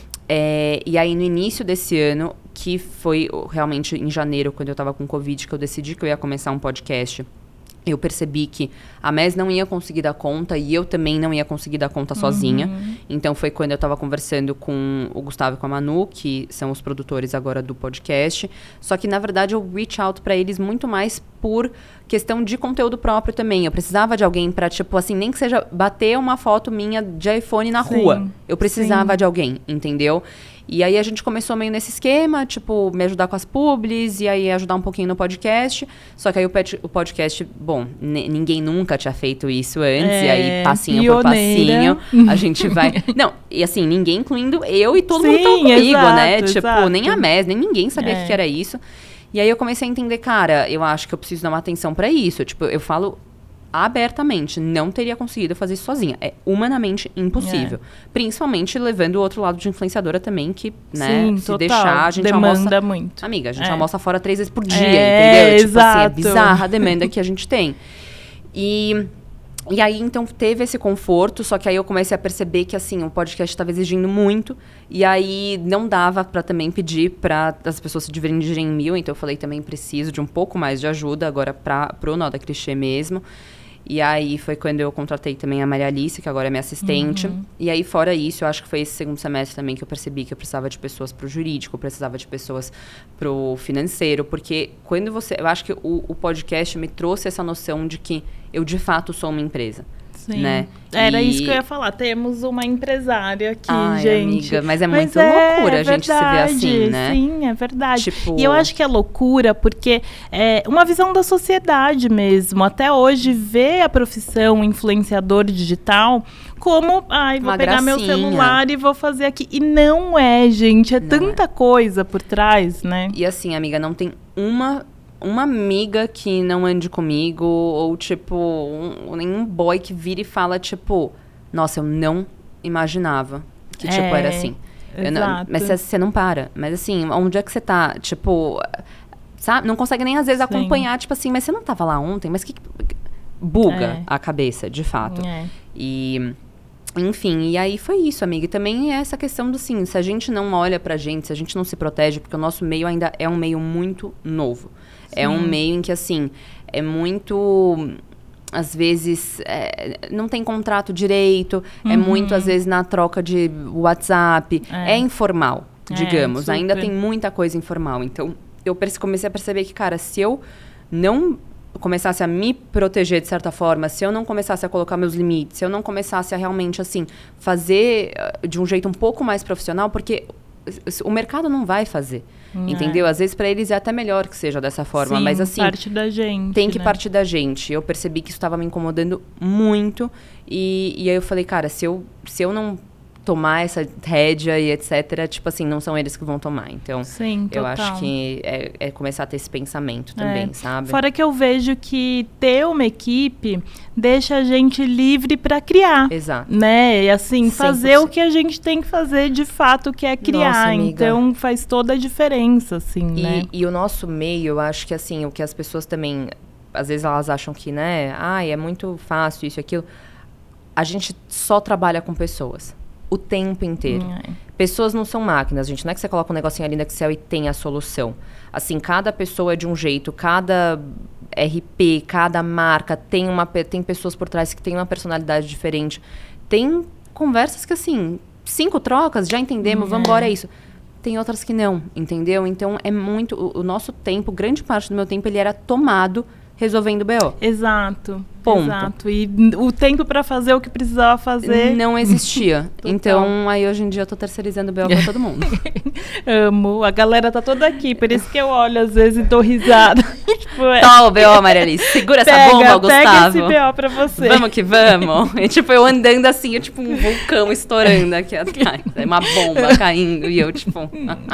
É, e aí, no início desse ano, que foi realmente em janeiro, quando eu tava com Covid, que eu decidi que eu ia começar um podcast... Eu percebi que a Mess não ia conseguir dar conta e eu também não ia conseguir dar conta sozinha. Uhum. Então, foi quando eu estava conversando com o Gustavo e com a Manu, que são os produtores agora do podcast. Só que, na verdade, eu reach out para eles muito mais por questão de conteúdo próprio também. Eu precisava de alguém para, tipo, assim, nem que seja bater uma foto minha de iPhone na Sim. rua. Eu precisava Sim. de alguém, entendeu? E aí a gente começou meio nesse esquema, tipo, me ajudar com as publis, e aí ajudar um pouquinho no podcast. Só que aí o, pet, o podcast, bom, n- ninguém nunca tinha feito isso antes, é, e aí passinho pioneira. por passinho, a gente vai... Não, e assim, ninguém incluindo eu e todo Sim, mundo tava comigo, exato, né? Tipo, exato. nem a Mess, nem ninguém sabia o é. que, que era isso. E aí eu comecei a entender, cara, eu acho que eu preciso dar uma atenção pra isso. Tipo, eu falo... abertamente, não teria conseguido fazer isso sozinha. É humanamente impossível. É. Principalmente levando o outro lado de influenciadora também, que, né, Sim, se total. deixar, a gente demanda almoça... muito. Amiga, a gente é. almoça fora três vezes por dia, é, entendeu? Tipo exato. assim, é bizarra a demanda que a gente tem. E... E aí, então, teve esse conforto, só que aí eu comecei a perceber que, assim, o podcast estava exigindo muito, e aí não dava para também pedir para as pessoas se dividirem em mil, então eu falei, também preciso de um pouco mais de ajuda agora para pro Nó da Clichê mesmo. E aí foi quando eu contratei também a Maria Alice, que agora é minha assistente. Uhum. E aí, fora isso, eu acho que foi esse segundo semestre também que eu percebi que eu precisava de pessoas pro jurídico, eu precisava de pessoas pro financeiro. Porque quando você... Eu acho que o, o podcast me trouxe essa noção de que eu, de fato, sou uma empresa. Sim. Né? Era e... isso que eu ia falar. Temos uma empresária aqui, Ai, gente. Amiga, mas é mas muito é, loucura é a gente verdade, se ver assim, né? Sim, é verdade. Tipo... E eu acho que é loucura porque é uma visão da sociedade mesmo. Até hoje, ver a profissão influenciador digital como, ai, vou uma pegar gracinha. meu celular e vou fazer aqui. E não é, gente. É não tanta é. coisa por trás, né? E assim, amiga, não tem uma... uma amiga que não ande comigo, ou, tipo, um, nenhum boy que vira e fala, tipo, nossa, eu não imaginava que, tipo, é, era assim. Eu não, mas você não para. Mas, assim, onde é que você tá? Tipo, sabe? Não consegue nem, às vezes, Sim. acompanhar, tipo assim, mas você não tava lá ontem? Mas que... Buga é. a cabeça, de fato. É. E... Enfim, e aí foi isso, amiga. E também é essa questão do, assim, se a gente não olha pra gente, se a gente não se protege, porque o nosso meio ainda é um meio muito novo. Sim. É um meio em que, assim, é muito... Às vezes, é, não tem contrato direito, uhum. é muito, às vezes, na troca de WhatsApp. É, é informal, digamos. É, ainda tem muita coisa informal. Então, eu comecei a perceber que, cara, se eu não... começasse a me proteger de certa forma, se eu não começasse a colocar meus limites, se eu não começasse a realmente, assim, fazer uh, de um jeito um pouco mais profissional, porque o mercado não vai fazer, hum, entendeu? É. Às vezes, para eles é até melhor que seja dessa forma, Sim, mas assim... parte da gente, tem que né? partir da gente. Eu percebi que isso estava me incomodando muito, e, e aí eu falei, cara, se eu, se eu não... tomar essa rédea e etcétera, tipo assim, não são eles que vão tomar. Então, Sim, eu total. acho que é, é começar a ter esse pensamento também, é. sabe? Fora que eu vejo que ter uma equipe deixa a gente livre para criar. Exato. Né? E assim, fazer cem por cento. o que a gente tem que fazer de fato, que é criar. Nossa, então, faz toda a diferença, assim, e, né? E o nosso meio, eu acho que assim, o que as pessoas também, às vezes elas acham que, né, ai, é muito fácil isso e aquilo. A gente só trabalha com pessoas. O tempo inteiro. Hum, é. Pessoas não são máquinas, gente. Não é que você coloca um negocinho ali no Excel e tem a solução. Assim, cada pessoa é de um jeito, cada R P, cada marca tem, uma, tem pessoas por trás que têm uma personalidade diferente. Tem conversas que, assim, cinco trocas, já entendemos, hum, vamos embora, é. é isso. Tem outras que não, entendeu? Então, é muito... O, o nosso tempo, grande parte do meu tempo, ele era tomado resolvendo B O. Exato. Ponto. Exato. E o tempo para fazer o que precisava fazer... Não existia. Então, aí hoje em dia eu tô terceirizando o B O pra todo mundo. Amo. A galera tá toda aqui, por isso que eu olho às vezes e dou risada. tipo, é... Tá o B O, Maria Alice. Segura pega, essa bomba, Gustavo. Pega esse B O pra você. Vamos que vamos. E tipo, eu andando assim, eu tipo um vulcão estourando aqui atrás. É uma bomba caindo e eu tipo...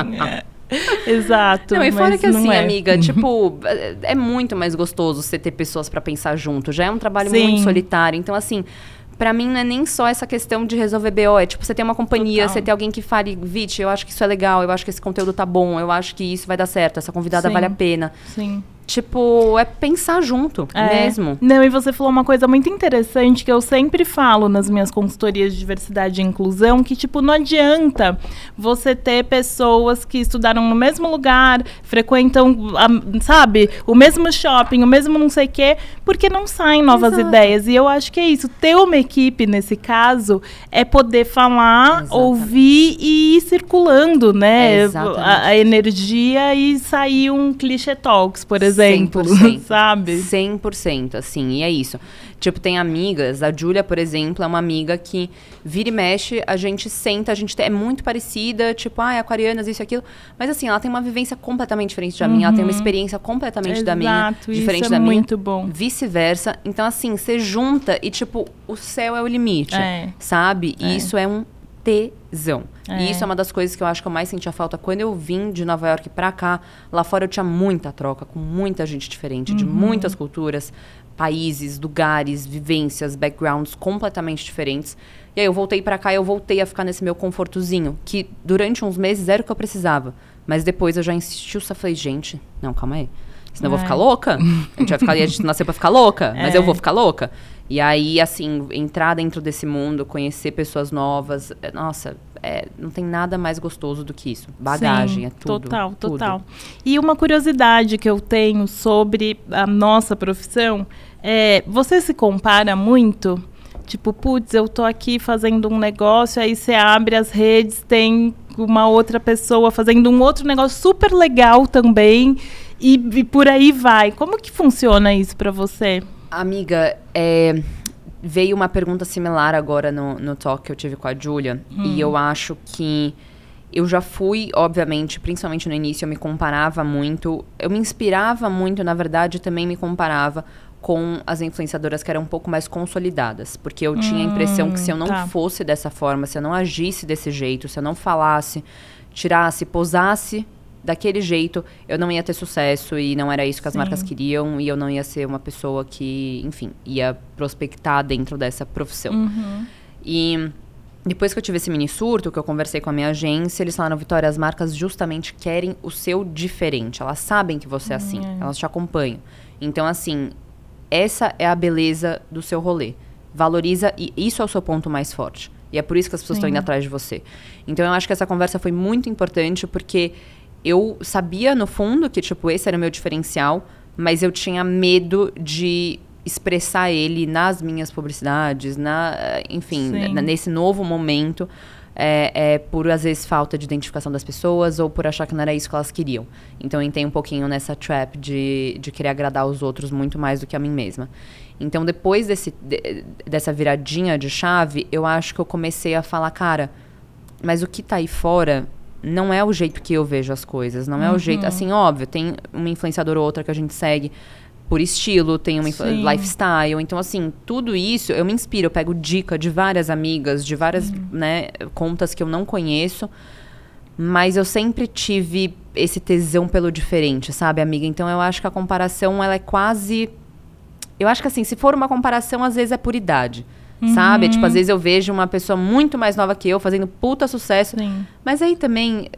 Exato. Não, e fora mas que assim, é. amiga, tipo, é muito mais gostoso você ter pessoas pra pensar junto. Já é um trabalho Sim. muito solitário. Então, assim, pra mim não é nem só essa questão de resolver B O. É tipo, você tem uma companhia, Total. Você tem alguém que fale, Vit, eu acho que isso é legal, eu acho que esse conteúdo tá bom, eu acho que isso vai dar certo, essa convidada Sim. vale a pena. Sim. Tipo, é pensar junto, é. mesmo. Não, e você falou uma coisa muito interessante que eu sempre falo nas minhas consultorias de diversidade e inclusão, que, tipo, não adianta você ter pessoas que estudaram no mesmo lugar, frequentam, a, sabe, o mesmo shopping, o mesmo não sei o quê, porque não saem novas Exato. ideias. E eu acho que é isso. Ter uma equipe, nesse caso, é poder falar, Exatamente. Ouvir e ir circulando, né? É a, a energia e sair um clichê talks, por exemplo. Exemplo, cem por cento, sabe? cem por cento, assim, e é isso. Tipo, tem amigas, a Júlia, por exemplo, é uma amiga que vira e mexe, a gente senta, a gente é muito parecida, tipo, ah, é aquarianas, isso e aquilo, mas assim, ela tem uma vivência completamente diferente da uhum. minha, ela tem uma experiência completamente Exato, da minha, diferente isso da é minha. muito bom. Vice-versa. Então, assim, você junta e, tipo, o céu é o limite, é. sabe? E é. isso é um tesão. É. E isso é uma das coisas que eu acho que eu mais sentia falta. Quando eu vim de Nova York pra cá, lá fora eu tinha muita troca com muita gente diferente, uhum. de muitas culturas, países, lugares, vivências, backgrounds completamente diferentes. E aí eu voltei pra cá e eu voltei a ficar nesse meu confortozinho, que durante uns meses era o que eu precisava. Mas depois eu já insisti, eu só falei, gente, não, calma aí. Senão eu vou ficar louca. A gente vai ficar ali, a gente nasceu pra ficar louca, mas é. eu vou ficar louca. E aí, assim, entrar dentro desse mundo, conhecer pessoas novas, nossa, é, não tem nada mais gostoso do que isso. Bagagem, Sim, é tudo. Total, tudo. total. E uma curiosidade que eu tenho sobre a nossa profissão, É, você se compara muito? Tipo, putz, eu tô aqui fazendo um negócio, aí você abre as redes, tem uma outra pessoa fazendo um outro negócio super legal também, e, e por aí vai. Como que funciona isso pra você? Amiga, é, veio uma pergunta similar agora no, no talk que eu tive com a Júlia, hum. e eu acho que eu já fui, obviamente, principalmente no início, eu me comparava muito, eu me inspirava muito, na verdade, também me comparava com as influenciadoras que eram um pouco mais consolidadas. Porque eu hum, tinha a impressão que se eu não tá. fosse dessa forma, se eu não agisse desse jeito, se eu não falasse, tirasse, posasse daquele jeito, eu não ia ter sucesso e não era isso que as Sim. marcas queriam e eu não ia ser uma pessoa que, enfim, ia prospectar dentro dessa profissão. Uhum. E depois que eu tive esse mini surto, que eu conversei com a minha agência, eles falaram, Vitória, as marcas justamente querem o seu diferente. Elas sabem que você é assim, uhum. elas te acompanham. Então, assim, essa é a beleza do seu rolê. Valoriza, e isso é o seu ponto mais forte. E é por isso que as pessoas estão indo atrás de você. Então, eu acho que essa conversa foi muito importante, porque eu sabia, no fundo, que, tipo, esse era o meu diferencial, mas eu tinha medo de expressar ele nas minhas publicidades, na, enfim, na, nesse novo momento, é, é, por, às vezes, falta de identificação das pessoas ou por achar que não era isso que elas queriam. Então, eu entrei um pouquinho nessa trap de, de querer agradar os outros muito mais do que a mim mesma. Então, depois desse, de, dessa viradinha de chave, eu acho que eu comecei a falar, cara, mas o que tá aí fora não é o jeito que eu vejo as coisas, não é uhum. o jeito... Assim, óbvio, tem uma influenciadora ou outra que a gente segue por estilo, tem uma Sim. lifestyle. Então, assim, tudo isso, eu me inspiro, eu pego dica de várias amigas, de várias uhum. né, contas que eu não conheço, mas eu sempre tive esse tesão pelo diferente, sabe, amiga? Então, eu acho que a comparação, ela é quase... Eu acho que, assim, se for uma comparação, às vezes é por idade. Uhum. Sabe? Tipo, às vezes eu vejo uma pessoa muito mais nova que eu fazendo puta sucesso. Sim. Mas aí também...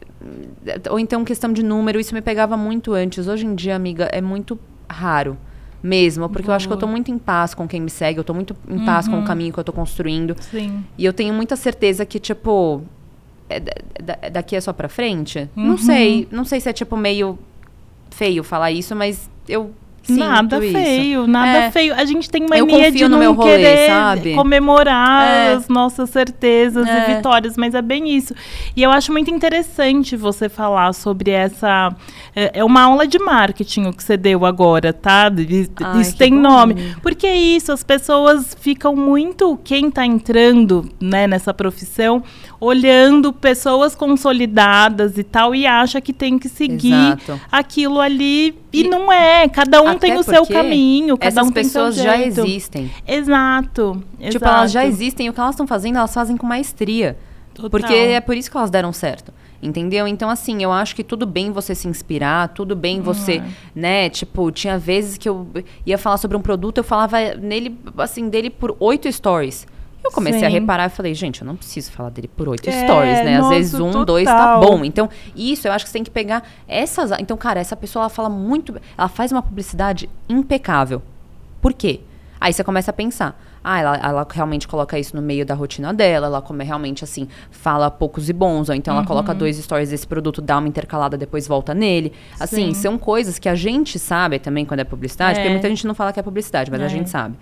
Ou então questão de número, isso me pegava muito antes. Hoje em dia, amiga, é muito raro mesmo. Porque Boa. eu acho que eu tô muito em paz com quem me segue. Eu tô muito em uhum. paz com o caminho que eu tô construindo. Sim. E eu tenho muita certeza que, tipo... É, da, daqui é só pra frente? Uhum. Não sei. Não sei se é, tipo, meio feio falar isso, mas eu... Nada feio, nada é. feio. A gente tem mania de não meu rolê, querer sabe? comemorar é. as nossas certezas é. e vitórias, mas é bem isso. E eu acho muito interessante você falar sobre essa... É, é uma aula de marketing o que você deu agora, tá? Ai, isso tem bom. nome. Porque é isso, as pessoas ficam muito... Quem está entrando, né, nessa profissão, olhando pessoas consolidadas e tal, e acha que tem que seguir Exato. aquilo ali. E, e não é, cada um tem o seu caminho, cada um tem o seu jeito. Essas pessoas já existem. Exato, exato. Tipo, elas já existem, e o que elas estão fazendo, elas fazem com maestria. Total. Porque é por isso que elas deram certo. Entendeu? Então, assim, eu acho que tudo bem você se inspirar, tudo bem você, uhum. né? Tipo, tinha vezes que eu ia falar sobre um produto, eu falava nele, assim, dele por oito stories. Eu comecei Sim. a reparar e falei, gente, eu não preciso falar dele por oito é, stories, né? Às nossa, vezes um, total. dois tá bom. Então, isso eu acho que você tem que pegar essas... Então, cara, essa pessoa, ela fala muito... Ela faz uma publicidade impecável. Por quê? Aí você começa a pensar... Ah, ela, ela realmente coloca isso no meio da rotina dela, ela come, realmente, assim, fala poucos e bons, ou então uhum. ela coloca dois stories desse produto, dá uma intercalada, depois volta nele. Assim, Sim. são coisas que a gente sabe também quando é publicidade, é. porque muita gente não fala que é publicidade, mas é. a gente sabe.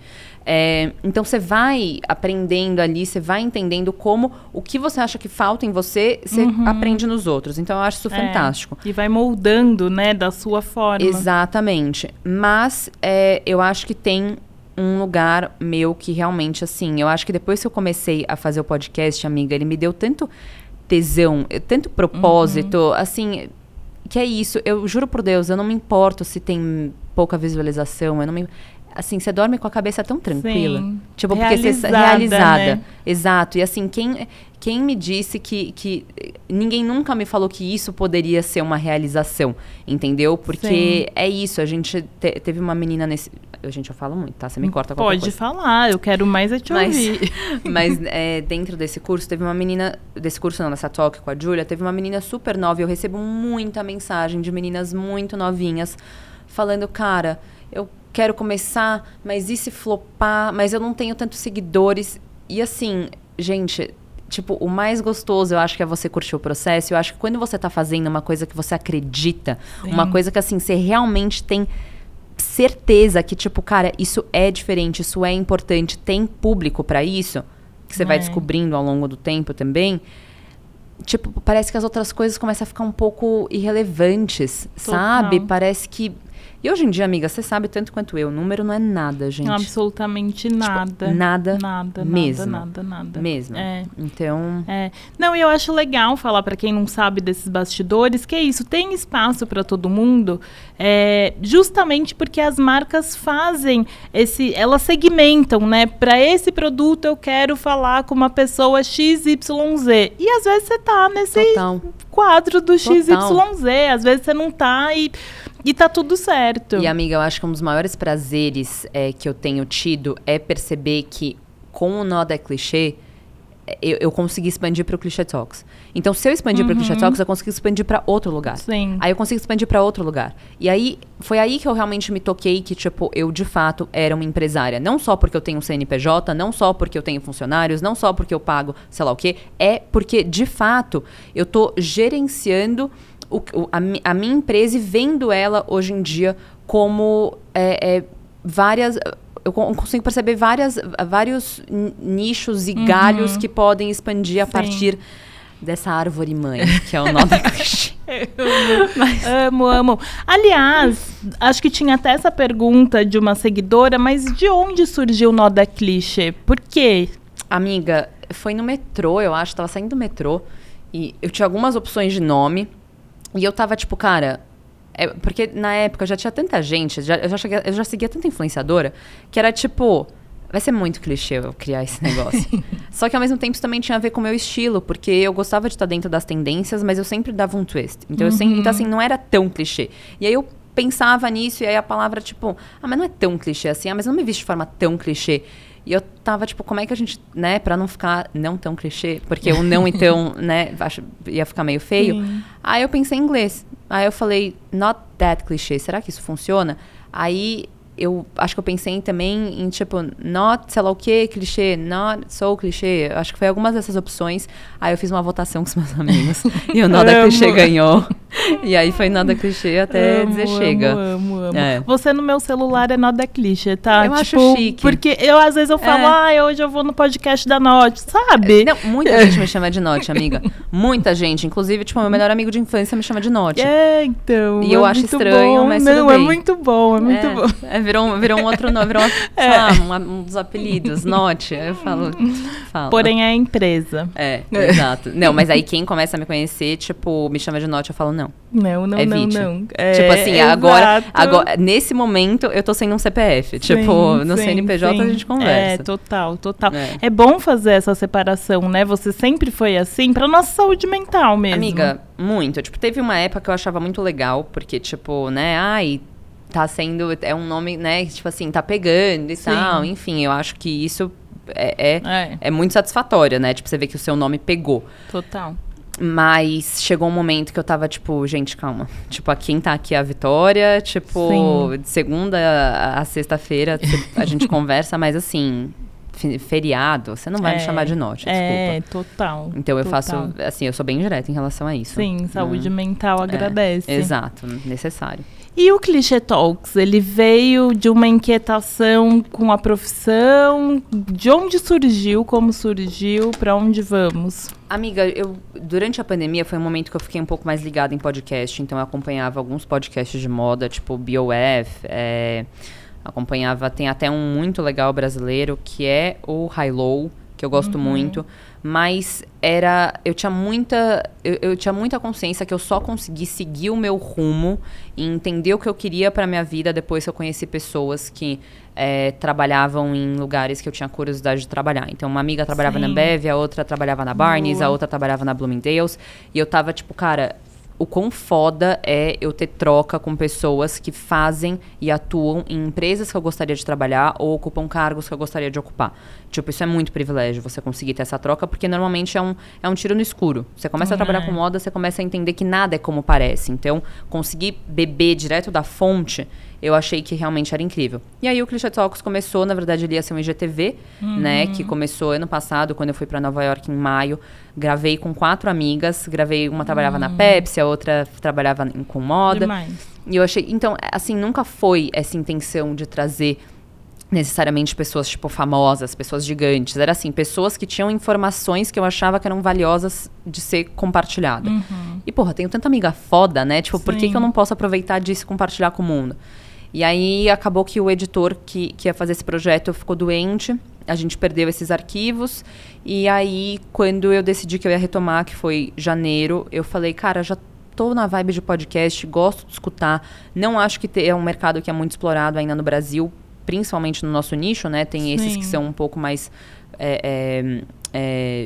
É, então, você vai aprendendo ali, você vai entendendo como o que você acha que falta em você, você uhum. aprende nos outros. Então, eu acho isso é. fantástico. E vai moldando, né, da sua forma. Exatamente. Mas, é, eu acho que tem... um lugar meu que realmente, assim, eu acho que depois que eu comecei a fazer o podcast, amiga, ele me deu tanto tesão, tanto propósito, uhum. assim, que é isso, eu juro por Deus, eu não me importo se tem pouca visualização, eu não me... Assim, você dorme com a cabeça tão tranquila. Sim. Tipo, porque você é realizada. Né? Exato. E assim, quem, quem me disse que, que... Ninguém nunca me falou que isso poderia ser uma realização, entendeu? Porque Sim. é isso, a gente te, teve uma menina nesse... A gente, eu falo muito, tá? Você me corta qualquer Pode coisa. Pode falar, eu quero mais é te mas, ouvir. Mas é, dentro desse curso, teve uma menina... Desse curso não, nessa talk com a Júlia, teve uma menina super nova. E eu recebo muita mensagem de meninas muito novinhas falando, cara, eu quero começar, mas e se flopar? Mas eu não tenho tantos seguidores. E assim, gente... Tipo, o mais gostoso, eu acho que é você curtir o processo. Eu acho que quando você tá fazendo uma coisa que você acredita, Sim. uma coisa que, assim, você realmente tem certeza que, tipo, cara, isso é diferente, isso é importante, tem público pra isso, que você é. vai descobrindo ao longo do tempo também, tipo, parece que as outras coisas começam a ficar um pouco irrelevantes, Total. sabe? Parece que... E hoje em dia, amiga, você sabe tanto quanto eu, número não é nada, gente. Absolutamente nada. Tipo, nada, nada, mesmo. Nada, nada, nada. Mesmo. É. Então... É. Não, e eu acho legal falar para quem não sabe desses bastidores, que é isso, tem espaço para todo mundo, é, justamente porque as marcas fazem esse... Elas segmentam, né? Para esse produto eu quero falar com uma pessoa X Y Z. E às vezes você tá nesse Total. quadro do Total. X Y Z. Às vezes você não tá e... E tá tudo certo. E, amiga, eu acho que um dos maiores prazeres é, que eu tenho tido é perceber que, com o Nó da Clichê, eu, eu consegui expandir para o Clichê Talks. Então, se eu expandir uhum. para o Clichê Talks, eu consigo expandir para outro lugar. Sim. Aí eu consigo expandir para outro lugar. E aí, foi aí que eu realmente me toquei que, tipo, eu, de fato, era uma empresária. Não só porque eu tenho um C N P J, não só porque eu tenho funcionários, não só porque eu pago sei lá o quê. É porque, de fato, eu tô gerenciando... O, o, a, a minha empresa e vendo ela hoje em dia como é, é, várias... Eu consigo perceber várias, vários nichos e uhum. galhos que podem expandir a Sim. partir dessa árvore mãe, que é o Nó da Clichê. Mas... Amo, amo. Aliás, acho que tinha até essa pergunta de uma seguidora, mas de onde surgiu o Nó da Clichê? Por quê? Amiga, foi no metrô, eu acho, tava saindo do metrô, e eu tinha algumas opções de nome. E eu tava, tipo, cara... É, porque na época já tinha tanta gente, já, eu, já cheguei, eu já seguia tanta influenciadora, que era, tipo... Vai ser muito clichê eu criar esse negócio. Só que, ao mesmo tempo, isso também tinha a ver com o meu estilo. Porque eu gostava de estar dentro das tendências, mas eu sempre dava um twist. Então, uhum. eu sempre, então assim, não era tão clichê. E aí, eu pensava nisso, e aí a palavra, tipo... Ah, mas não é tão clichê assim. Ah, mas não me viste de forma tão clichê. E eu tava, tipo, como é que a gente, né, pra não ficar não tão clichê, porque o não então, né, acho, ia ficar meio feio. Sim. Aí eu pensei em inglês. Aí eu falei, not that clichê, será que isso funciona? Aí eu acho que eu pensei também em, tipo, not, sei lá o que, clichê, not so clichê. Acho que foi algumas dessas opções. Aí eu fiz uma votação com os meus amigos. E o Nó da Clichê ganhou. E aí foi Nó da Clichê até amo, dizer chega. Amo, amo, amo. É. Você no meu celular é Nó da Clichê, tá? Eu tipo, acho chique. Porque eu, às vezes, eu falo, é. ah, hoje eu vou no podcast da Note, sabe? Não, muita é. gente me chama de Note, amiga. Muita gente. Inclusive, tipo, meu melhor amigo de infância me chama de Note. É, então. E é eu acho estranho, bom. mas Não, tudo bem. é muito bom, é muito é, bom. É, virou, virou um outro nome, virou, é. lá, um, um dos apelidos, Note. Eu falo, fala. Porém, é a empresa. É, é, exato. Não, mas aí quem começa a me conhecer, tipo, me chama de Note, eu falo, não. Não, não, é não, vídeo. não. É, tipo assim, agora, agora, nesse momento, eu tô sem um C P F. Sim, tipo, no sim, C N P J sim. a gente conversa. É, total, total. É. é bom fazer essa separação, né? Você sempre foi assim, pra nossa saúde mental mesmo. Amiga, muito. Tipo, teve uma época que eu achava muito legal, porque, tipo, né, ai, tá sendo, é um nome, né, tipo assim, tá pegando e sim. tal. Enfim, eu acho que isso é, é, é. é muito satisfatório, né? Tipo, você vê que o seu nome pegou. Total. Mas chegou um momento que eu tava, tipo, gente, calma. Tipo, a quem tá aqui é a Vitória. Tipo, Sim. de segunda a, a sexta-feira a gente conversa, mas assim, feriado, você não vai é, me chamar de Note, desculpa. É, total. Então eu total. faço, assim, eu sou bem direta em relação a isso. Sim, saúde hum. mental agradece. É, exato, necessário. E o Clichê Talks, ele veio de uma inquietação com a profissão? De onde surgiu, como surgiu, para onde vamos? Amiga, eu, durante a pandemia foi um momento que eu fiquei um pouco mais ligada em podcast, então eu acompanhava alguns podcasts de moda, tipo B O F, é, acompanhava, tem até um muito legal brasileiro, que é o High Low, que eu gosto uhum. muito, mas era, eu tinha muita, eu, eu tinha muita consciência que eu só consegui seguir o meu rumo e entender o que eu queria para minha vida depois que eu conheci pessoas que é, trabalhavam em lugares que eu tinha curiosidade de trabalhar. Então, uma amiga trabalhava Sim. na Ambev, a outra trabalhava na Barneys, Boa. a outra trabalhava na Bloomingdale's, e eu tava tipo, cara, o quão foda é eu ter troca com pessoas que fazem e atuam em empresas que eu gostaria de trabalhar ou ocupam cargos que eu gostaria de ocupar. Tipo, isso é muito privilégio, você conseguir ter essa troca, porque normalmente é um, é um tiro no escuro. Você começa uhum. a trabalhar com moda, você começa a entender que nada é como parece. Então, conseguir beber direto da fonte, eu achei que realmente era incrível. E aí o Clichê Talks começou, na verdade ele ia ser um I G T V, uhum. né, que começou ano passado, quando eu fui para Nova York em maio. Gravei com quatro amigas, gravei, uma trabalhava uhum. na Pepsi, a outra trabalhava em, com moda. Demais. E eu achei... Então, assim, nunca foi essa intenção de trazer necessariamente pessoas, tipo, famosas, pessoas gigantes. Era assim, pessoas que tinham informações que eu achava que eram valiosas de ser compartilhada. Uhum. E, porra, tenho tanta amiga foda, né? Tipo, por que, Sim. que eu não posso aproveitar disso e compartilhar com o mundo? E aí, acabou que o editor que, que ia fazer esse projeto ficou doente. A gente perdeu esses arquivos. E aí, quando eu decidi que eu ia retomar, que foi janeiro, eu falei, cara, já tô na vibe de podcast, gosto de escutar. Não acho que é um mercado que é muito explorado ainda no Brasil, principalmente no nosso nicho, né? Tem Sim. esses que são um pouco mais... É, é,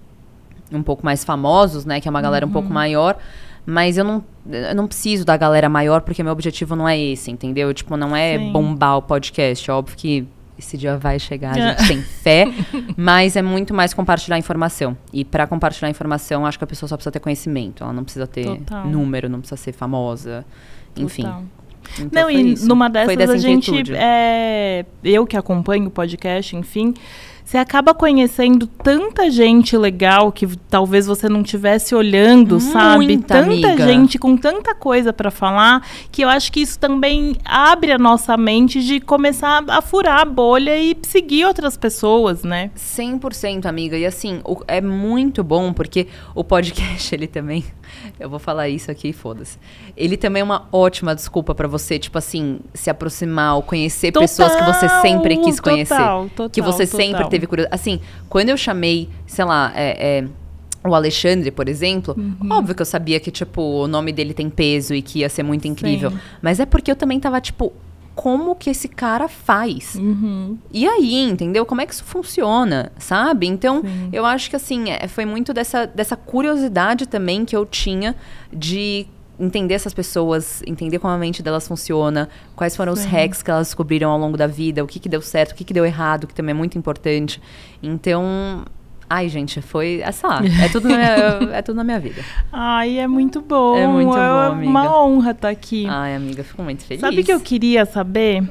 é, um pouco mais famosos, né? Que é uma galera uhum. um pouco maior. Mas eu não, eu não preciso da galera maior, porque meu objetivo não é esse, entendeu? Tipo, não é Sim. bombar o podcast. Óbvio que esse dia vai chegar, a gente tem fé. Mas é muito mais compartilhar informação. E para compartilhar informação, acho que a pessoa só precisa ter conhecimento. Ela não precisa ter Total. número, não precisa ser famosa. Enfim. Total. Então, não, e isso. numa dessas a gente, é, eu que acompanho o podcast, enfim, você acaba conhecendo tanta gente legal que talvez você não estivesse olhando, Muita sabe? Tanta amiga. gente com tanta coisa para falar, que eu acho que isso também abre a nossa mente de começar a furar a bolha e seguir outras pessoas, né? cem por cento, amiga. E assim, o, é muito bom, porque o podcast, ele também... Eu vou falar isso aqui, foda-se. Ele também é uma ótima desculpa pra você, tipo assim, se aproximar ou conhecer total, pessoas que você sempre quis conhecer. Total, total, que você total. sempre teve curiosidade. Assim, quando eu chamei, sei lá, é, é, o Alexandre, por exemplo, uhum. óbvio que eu sabia que, tipo, o nome dele tem peso e que ia ser muito incrível. Sim. Mas é porque eu também tava, tipo... Como que esse cara faz? Uhum. E aí, entendeu? Como é que isso funciona, sabe? Então, Sim. eu acho que, assim, é, foi muito dessa, dessa curiosidade também que eu tinha de entender essas pessoas, entender como a mente delas funciona, quais foram Sim. os hacks que elas descobriram ao longo da vida, o que que deu certo, o que que deu errado, que também é muito importante. Então... Ai, gente, foi... É, sei lá, é tudo, na minha, é tudo na minha vida. Ai, é muito bom. É muito bom, é amiga. uma honra estar aqui. Ai, amiga, fico muito feliz. Sabe o que eu queria saber?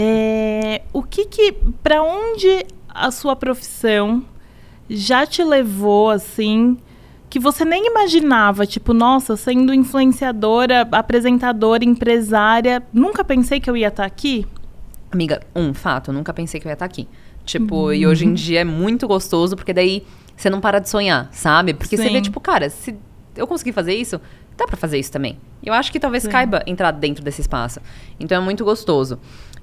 É, o que que... Pra onde a sua profissão já te levou, assim... Que você nem imaginava, tipo, nossa, sendo influenciadora, apresentadora, empresária... Nunca pensei que eu ia estar aqui? Amiga, um fato, nunca pensei que eu ia estar aqui. Tipo, uhum. e hoje em dia é muito gostoso, porque daí você não para de sonhar, sabe? Porque Sim. você vê, tipo, cara, se eu conseguir fazer isso, dá pra fazer isso também. Eu acho que talvez Sim. caiba entrar dentro desse espaço. Então é muito gostoso.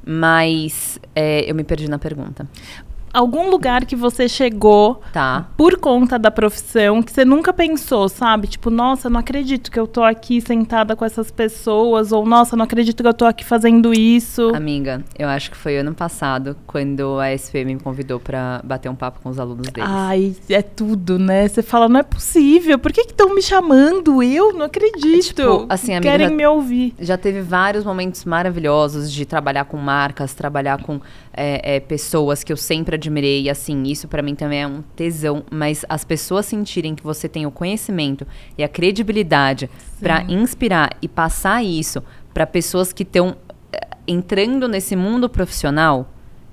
Mas é, eu me perdi na pergunta. Algum lugar que você chegou tá. por conta da profissão que você nunca pensou, sabe? Tipo, nossa, não acredito que eu tô aqui sentada com essas pessoas. Ou, nossa, não acredito que eu tô aqui fazendo isso. Amiga, eu acho que foi ano passado, quando a S P M me convidou pra bater um papo com os alunos deles. Ai, é tudo, né? Você fala, não é possível. Por que estão me chamando? Eu não acredito. Tipo, assim, amiga, querem já, me ouvir. Já teve vários momentos maravilhosos de trabalhar com marcas, trabalhar com é, é, pessoas que eu sempre admirei, e assim, isso pra mim também é um tesão, mas as pessoas sentirem que você tem o conhecimento e a credibilidade pra inspirar e passar isso pra pessoas que estão entrando nesse mundo profissional,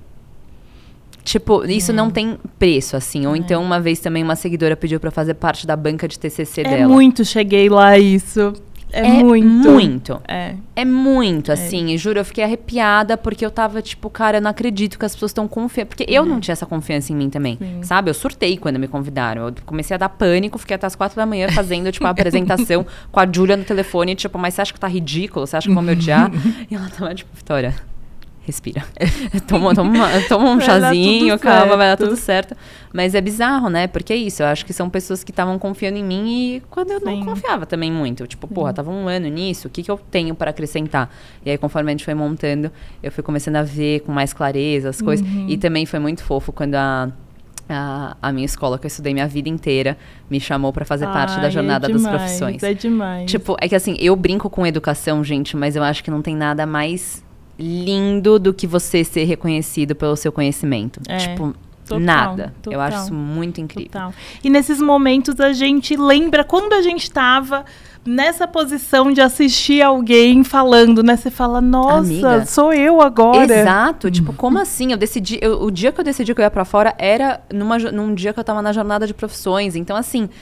tipo, isso é. não tem preço, assim. Ou é. então, uma vez também uma seguidora pediu pra fazer parte da banca de T C C é dela. É muito, cheguei lá isso. É, é muito. muito. É. É muito, assim. É. E juro, eu fiquei arrepiada porque eu tava tipo, cara, eu não acredito que as pessoas estão confiando. Porque eu é. não tinha essa confiança em mim também, Sim. sabe? Eu surtei quando me convidaram. Eu comecei a dar pânico, fiquei até as quatro da manhã fazendo, tipo, a apresentação com a Júlia no telefone. Tipo, mas você acha que tá ridículo? Você acha que vão me odiar? E ela tava tipo, Vitória... Respira. toma, toma, toma um chazinho, calma, certo. vai dar tudo certo. Mas é bizarro, né? Porque é isso, eu acho que são pessoas que estavam confiando em mim e quando eu Sim. não confiava também muito. Tipo, Sim. porra, tava um ano nisso, o que, que eu tenho para acrescentar? E aí, conforme a gente foi montando, eu fui começando a ver com mais clareza as coisas. Uhum. E também foi muito fofo quando a... A, a minha escola, que eu estudei minha vida inteira, me chamou pra fazer Ai, parte da jornada é demais, das profissões. É demais. Tipo, é que assim, eu brinco com educação, gente, mas eu acho que não tem nada mais lindo do que você ser reconhecido pelo seu conhecimento. É, tipo, total, nada. Total, eu acho isso muito incrível. Total. E nesses momentos a gente lembra quando a gente estava nessa posição de assistir alguém falando, né? Você fala, nossa, Amiga, sou eu agora. Exato. Tipo, como assim? Eu decidi... Eu, o dia que eu decidi que eu ia pra fora era numa, num dia que eu tava na jornada de profissões. Então, assim...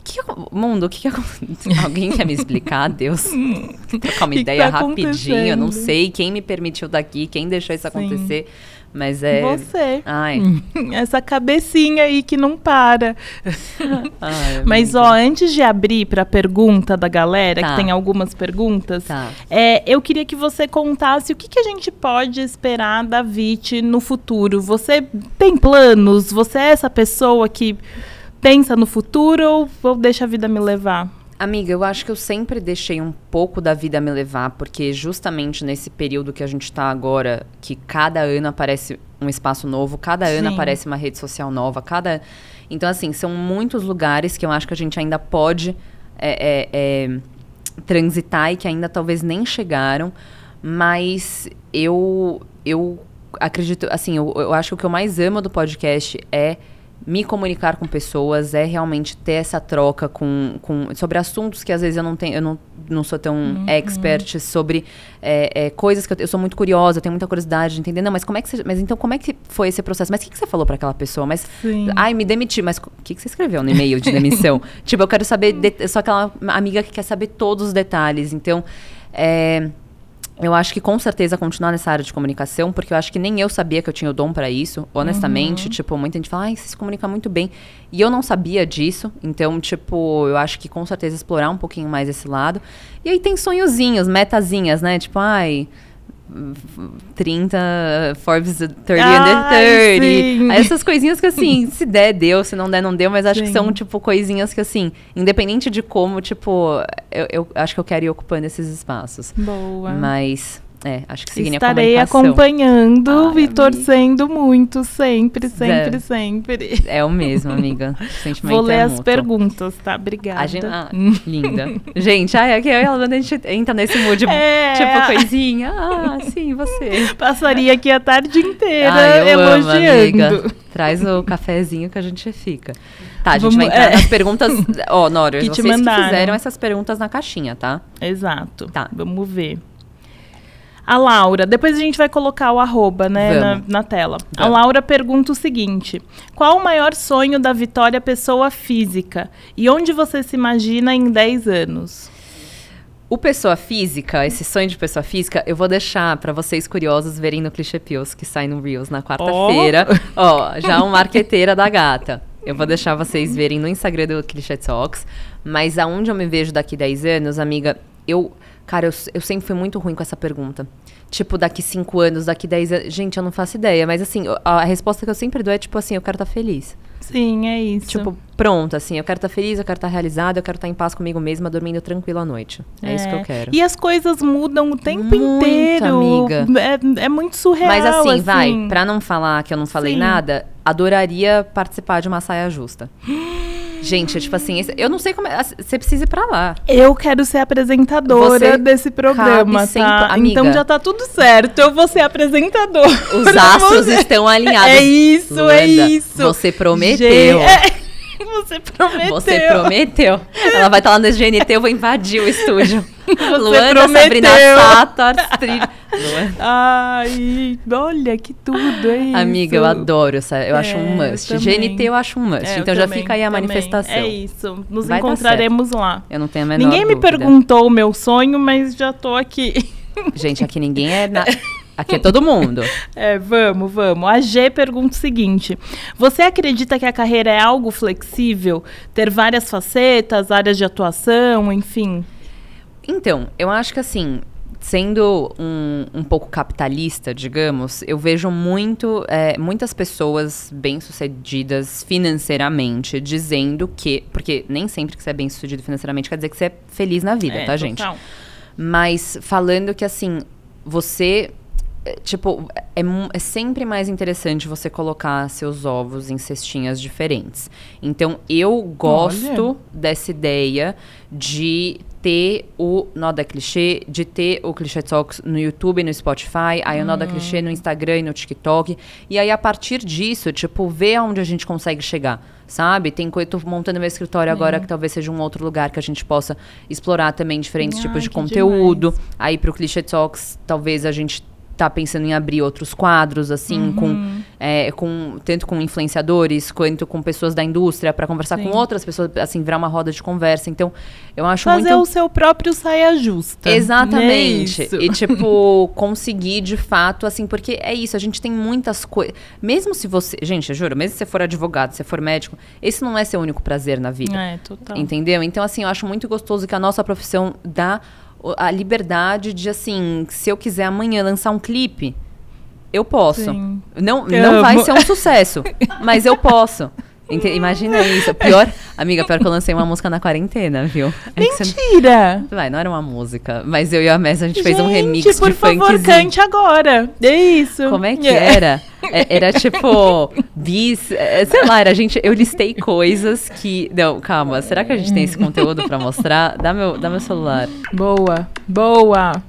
que, mundo, o que, que aconteceu? Alguém quer me explicar, Deus? Trocar uma que ideia que tá rapidinho, eu não sei quem me permitiu daqui, quem deixou isso Sim. acontecer. Mas é... Você. Ai. Essa cabecinha aí que não para. Ai, Mas, ó, antes de abrir para a pergunta da galera, tá. que tem algumas perguntas, tá. é, eu queria que você contasse o que, que a gente pode esperar da Vit no futuro. Você tem planos? Você é essa pessoa que pensa no futuro ou, ou deixa a vida me levar? Amiga, eu acho que eu sempre deixei um pouco da vida me levar, porque justamente nesse período que a gente tá agora, que cada ano aparece um espaço novo, cada Sim. ano aparece uma rede social nova, cada... Então, assim, são muitos lugares que eu acho que a gente ainda pode é, é, é, transitar e que ainda talvez nem chegaram, mas eu, eu acredito, assim, eu, eu acho que o que eu mais amo do podcast é me comunicar com pessoas, é realmente ter essa troca com, com, sobre assuntos que às vezes eu não tenho, eu não, não sou tão uhum. expert sobre é, é, coisas que eu, eu sou muito curiosa, eu tenho muita curiosidade de entender, não, mas como é que você, mas então como é que foi esse processo? Mas o que, que você falou para aquela pessoa? Mas, Sim. ai, me demiti, mas o que, que você escreveu no e-mail de demissão? Tipo, eu quero saber, de, eu sou aquela amiga que quer saber todos os detalhes, então, é... Eu acho que com certeza continuar nessa área de comunicação, porque eu acho que nem eu sabia que eu tinha o dom pra isso, honestamente. Uhum. Tipo, muita gente fala, ai, você se comunica muito bem. E eu não sabia disso, então, tipo, eu acho que com certeza explorar um pouquinho mais esse lado. E aí tem sonhozinhos, metazinhas, né? Tipo, ai, trinta, Forbes trinta under trinta. Aí essas coisinhas que, assim, se der, deu, se não der, não deu. Mas acho sim. que são, tipo, coisinhas que, assim, independente de como, tipo, eu, eu acho que eu quero ir ocupando esses espaços. Boa. Mas... É, acho que seguindo a Estarei comunicação. acompanhando Ai, e torcendo muito, sempre, sempre, é. sempre. É o mesmo, amiga. Sentimento Vou ler é as mútuo. perguntas, tá? Obrigada. A gente, ah, linda. Gente, ai, aqui eu e a gente entra nesse mood, é, tipo, coisinha. Ah, sim, você. Passaria aqui a tarde inteira ai, eu elogiando. Amo, amiga. Traz o cafezinho que a gente fica. Tá, a gente Vamos, vai entrar é. nas perguntas... Ó, oh, Nora, vocês mandaram. que fizeram essas perguntas na caixinha, tá? Exato. Tá. Vamos ver. A Laura, depois a gente vai colocar o arroba, né, na, na tela. Vamos. A Laura pergunta o seguinte: qual o maior sonho da Vitória pessoa física? E onde você se imagina em dez anos? O pessoa física, esse sonho de pessoa física, eu vou deixar para vocês curiosos verem no Clichê Pills, que sai no Reels na quarta-feira. Ó, oh, já uma marqueteira da gata. Eu vou deixar vocês verem no Instagram do Clichê Talks. Mas aonde eu me vejo daqui dez anos, amiga, eu... Cara, eu, eu sempre fui muito ruim com essa pergunta. Tipo, daqui cinco anos, daqui dez anos... Gente, eu não faço ideia. Mas, assim, a, a resposta que eu sempre dou é, tipo assim, eu quero estar feliz. Sim, é isso. Tipo, pronto, assim, eu quero estar feliz, eu quero estar realizada, eu quero estar em paz comigo mesma, dormindo tranquilo à noite. É, é isso que eu quero. E as coisas mudam o tempo muito, inteiro. Amiga. É, é muito surreal, Mas, assim, assim, vai, pra não falar que eu não falei Sim. nada, adoraria participar de uma saia justa. Gente, tipo assim, esse, eu não sei como... É, você precisa ir pra lá. Eu quero ser apresentadora você desse programa, sempre, tá? amiga. Então já tá tudo certo. Eu vou ser apresentadora. Os astros você... estão alinhados. É isso, Luanda, é isso. Você prometeu. Gente, é... Você prometeu. Você prometeu. Ela vai estar lá no G N T, eu vou invadir o estúdio. Você Luanda, prometeu. Sabrina Sato, Astrid. Ai, olha que tudo, é isso. Amiga, eu adoro essa, eu é, acho um must. Eu G N T eu acho um must, é, então já também, fica aí a também. manifestação. É isso, nos vai encontraremos lá. Eu não tenho a menor Ninguém me dúvida. perguntou o meu sonho, mas já tô aqui. Gente, aqui ninguém é... Na... Aqui é todo mundo. É, vamos, vamos. A G pergunta o seguinte: você acredita que a carreira é algo flexível? Ter várias facetas, áreas de atuação, enfim? Então, eu acho que assim, sendo um, um pouco capitalista, digamos, eu vejo muito, é, muitas pessoas bem-sucedidas financeiramente dizendo que... Porque nem sempre que você é bem-sucedido financeiramente quer dizer que você é feliz na vida, é, tá, total. gente? Mas falando que, assim, você... Tipo, é, é sempre mais interessante você colocar seus ovos em cestinhas diferentes. Então, eu gosto Olha. dessa ideia de ter o Nó da Clichê, de ter o Clichê Talks no YouTube e no Spotify, aí hum. o Nó da Clichê no Instagram e no TikTok. E aí, a partir disso, tipo, ver aonde a gente consegue chegar, sabe? Tem coisa, eu tô montando meu escritório agora hum. que talvez seja um outro lugar que a gente possa explorar também diferentes Ai, tipos de conteúdo. Demais. Aí, pro Clichê Talks, talvez a gente tá pensando em abrir outros quadros, assim, uhum. com é, com, tanto com influenciadores, quanto com pessoas da indústria, para conversar Sim. com outras pessoas, assim, virar uma roda de conversa. Então, eu acho Fazer muito... o seu próprio saia justa. Exatamente. É e, tipo, conseguir, de fato, assim, porque é isso, a gente tem muitas coisas... Mesmo se você... Gente, eu juro, mesmo se você for advogado, se você for médico, esse não é seu único prazer na vida. É, total. Entendeu? Então, assim, eu acho muito gostoso que a nossa profissão dá a liberdade de, assim, se eu quiser amanhã lançar um clipe, eu posso. Sim. Não, não vai ser um sucesso, mas eu posso. Ent- Imagina isso. Pior, amiga, pior que eu lancei uma música na quarentena, viu? É Mentira! Você... Vai, não era uma música, mas eu e a Mess, a gente, gente fez um remix por de funkzinho. Por favor, cante agora. É isso. Como é que yeah. era? É, era tipo, bis, é, sei lá, era, gente, eu listei coisas que... Não, calma, será que a gente tem esse conteúdo pra mostrar? Dá meu, dá meu celular. Boa, boa.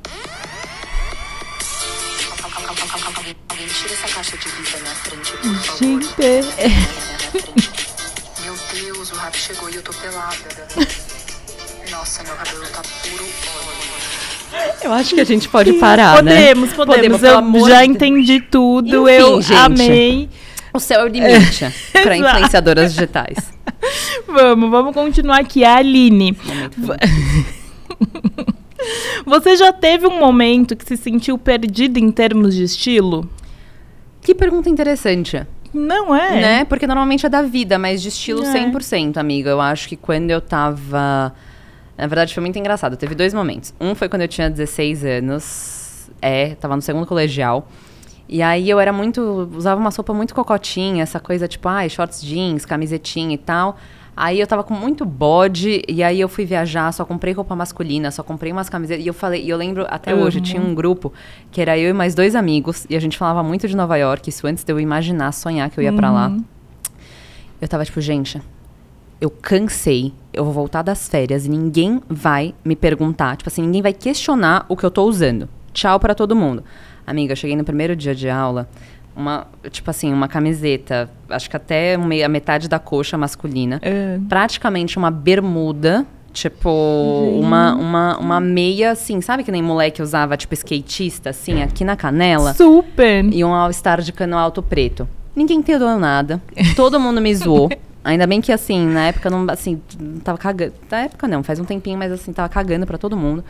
Alguém tira essa caixa de vida na frente, por favor. Gente... Meu Deus, o rap chegou e eu tô pelada. Nossa, meu cabelo tá puro óleo. Eu acho que a gente pode parar, podemos, né? Podemos, podemos. Eu já entendi tudo, Enfim, eu gente, amei. O céu é o limite é, para influenciadoras digitais. Vamos, vamos continuar aqui. A Aline. Você já teve um momento que se sentiu perdido em termos de estilo? Que pergunta interessante. Não é? Né? Porque normalmente é da vida, mas de estilo é. cem por cento, amiga. Eu acho que quando eu tava... Na verdade, foi muito engraçado. Teve dois momentos. Um foi quando eu tinha dezesseis anos. É, tava no segundo colegial. E aí eu era muito... Usava uma sopa muito cocotinha, essa coisa tipo, ai, shorts jeans, camisetinha e tal. Aí eu tava com muito bode, e aí eu fui viajar, só comprei roupa masculina, só comprei umas camisetas. E eu falei, e eu lembro até uhum. hoje, tinha um grupo que era eu e mais dois amigos, e a gente falava muito de Nova York, isso antes de eu imaginar, sonhar que eu ia uhum. pra lá. Eu tava tipo, gente, eu cansei, eu vou voltar das férias e ninguém vai me perguntar, tipo assim, ninguém vai questionar o que eu tô usando. Tchau pra todo mundo. Amiga, eu cheguei no primeiro dia de aula... Uma, tipo assim, uma camiseta, acho que até a metade da coxa masculina. É. Praticamente uma bermuda, tipo, uma, uma, uma meia, assim, sabe que nem moleque usava, tipo, skatista, assim, aqui na canela? Super! E um all-star de cano alto preto. Ninguém entendeu nada, todo mundo me zoou. Ainda bem que, assim, na época, não, assim, tava cagando. Na época não, faz um tempinho, mas assim, tava cagando pra todo mundo.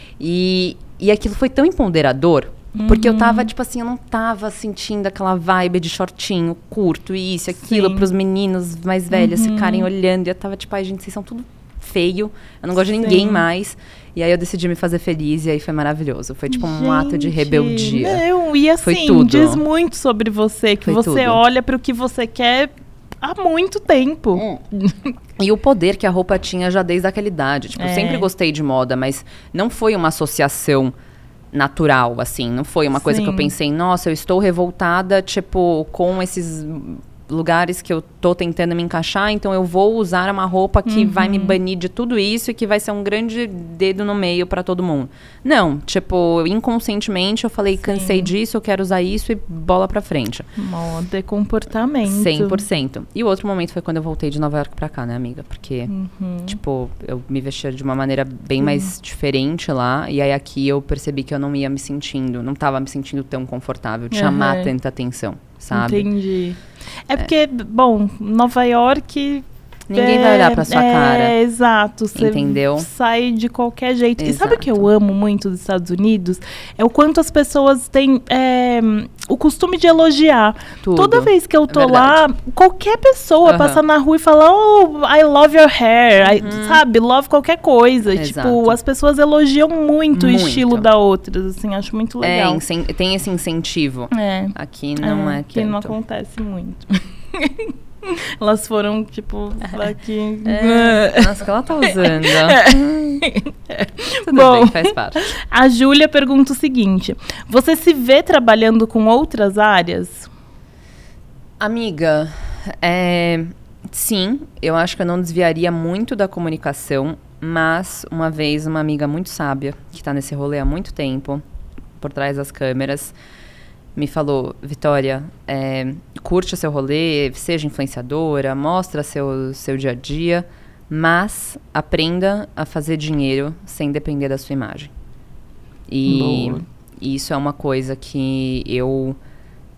E, e aquilo foi tão empoderador. Porque uhum. eu tava, tipo assim, eu não tava sentindo aquela vibe de shortinho curto, isso, aquilo, Sim. pros meninos mais velhos uhum. ficarem olhando. E eu tava, tipo, ai, gente, vocês são tudo feio. Eu não gosto de ninguém Sim. mais. E aí eu decidi me fazer feliz e aí foi maravilhoso. Foi, tipo, um gente, ato de rebeldia. Não, e assim, foi tudo. Diz muito sobre você, que foi você tudo. Olha pro que você quer há muito tempo. Hum. E o poder que a roupa tinha já desde aquela idade. Tipo, é. eu sempre gostei de moda, mas não foi uma associação natural, assim. Não foi uma coisa Sim. que eu pensei, nossa, eu estou revoltada, tipo, com esses lugares que eu tô tentando me encaixar, então eu vou usar uma roupa que uhum. vai me banir de tudo isso e que vai ser um grande dedo no meio pra todo mundo. Não, tipo, inconscientemente eu falei, Sim. cansei disso, eu quero usar isso e bola pra frente. Moda e comportamento. cem por cento. E o outro momento foi quando eu voltei de Nova York pra cá, né, amiga? Porque, uhum. tipo, eu me vestia de uma maneira bem uhum. mais diferente lá, e aí aqui eu percebi que eu não ia me sentindo, não tava me sentindo tão confortável de uhum. chamar tanta atenção, sabe? Entendi. É porque, é. bom, Nova York... Ninguém é, vai olhar pra sua é, cara. É, exato. Você entendeu? sai de qualquer jeito. Exato. E sabe o que eu amo muito dos Estados Unidos? É o quanto as pessoas têm é, o costume de elogiar. Tudo. Toda vez que eu tô é lá, qualquer pessoa uh-huh. passa na rua e fala, oh, I love your hair. Uh-huh. I, sabe? Love qualquer coisa. Exato. Tipo, as pessoas elogiam muito, muito. o estilo da outra. Assim, acho muito legal. É, tem esse incentivo. É. Aqui não é, é Aqui tanto. não acontece muito. Elas foram, tipo, aqui... É. Nossa, o que ela tá usando? É. Tudo Bom, bem, faz parte. A Júlia pergunta o seguinte. Você se vê trabalhando com outras áreas? Amiga, é, sim. Eu acho que eu não desviaria muito da comunicação. Mas, uma vez, uma amiga muito sábia, que tá nesse rolê há muito tempo, por trás das câmeras... me falou, Vitória, é, curte o seu rolê, seja influenciadora, mostra seu, seu dia a dia, mas aprenda a fazer dinheiro sem depender da sua imagem. E, e isso é uma coisa que eu